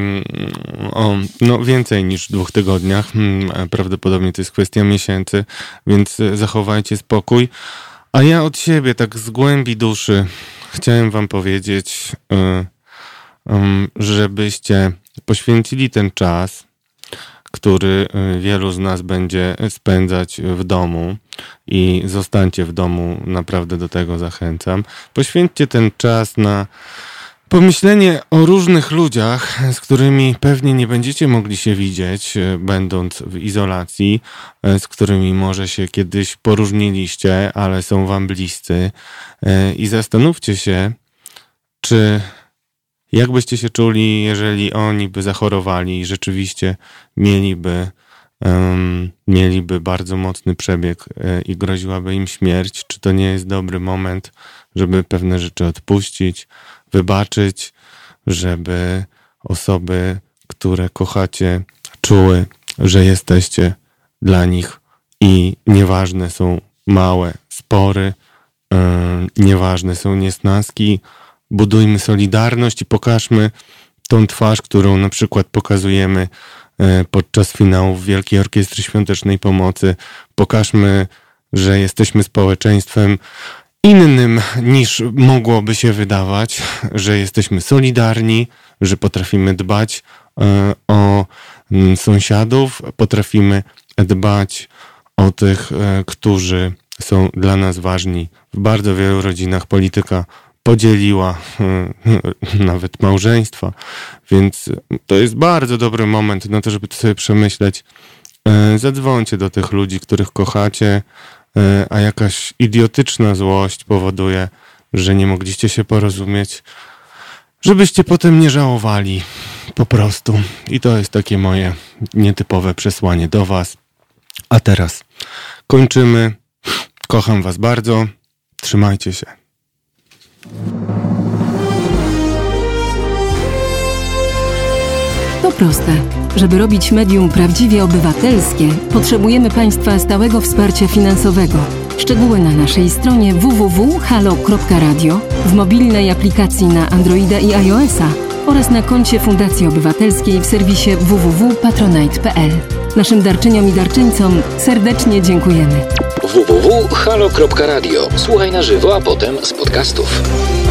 o no więcej niż dwóch tygodniach. Prawdopodobnie to jest kwestia miesięcy, więc zachowajcie spokój. A ja od siebie, tak z głębi duszy, chciałem wam powiedzieć, żebyście poświęcili ten czas, który wielu z nas będzie spędzać w domu i zostańcie w domu, naprawdę do tego zachęcam. Poświęćcie ten czas na pomyślenie o różnych ludziach, z którymi pewnie nie będziecie mogli się widzieć, będąc w izolacji, z którymi może się kiedyś poróżniliście, ale są wam bliscy i zastanówcie się, czy jak byście się czuli, jeżeli oni by zachorowali i rzeczywiście mieliby, um, mieliby bardzo mocny przebieg e, i groziłaby im śmierć? Czy to nie jest dobry moment, żeby pewne rzeczy odpuścić, wybaczyć, żeby osoby, które kochacie, czuły, że jesteście dla nich i nieważne są małe spory, e, nieważne są niesnaski. Budujmy solidarność i pokażmy tą twarz, którą na przykład pokazujemy podczas finałów Wielkiej Orkiestry Świątecznej Pomocy. Pokażmy, że jesteśmy społeczeństwem innym niż mogłoby się wydawać, że jesteśmy solidarni, że potrafimy dbać o sąsiadów, potrafimy dbać o tych, którzy są dla nas ważni. W bardzo wielu rodzinach polityka podzieliła nawet małżeństwa, więc to jest bardzo dobry moment na to, żeby to sobie przemyśleć. Zadzwońcie do tych ludzi, których kochacie, a jakaś idiotyczna złość powoduje, że nie mogliście się porozumieć, żebyście potem nie żałowali po prostu. I to jest takie moje nietypowe przesłanie do was. A teraz kończymy. Kocham was bardzo. Trzymajcie się. To proste. Żeby robić medium prawdziwie obywatelskie, potrzebujemy Państwa stałego wsparcia finansowego. Szczegóły na naszej stronie w w w kropka halo kropka radio, w mobilnej aplikacji na Androida i iOS-a oraz na koncie Fundacji Obywatelskiej w serwisie w w w kropka patronite kropka p l. Naszym darczyniom i darczyńcom serdecznie dziękujemy. w w w kropka halo kropka radio. Słuchaj na żywo, a potem z podcastów.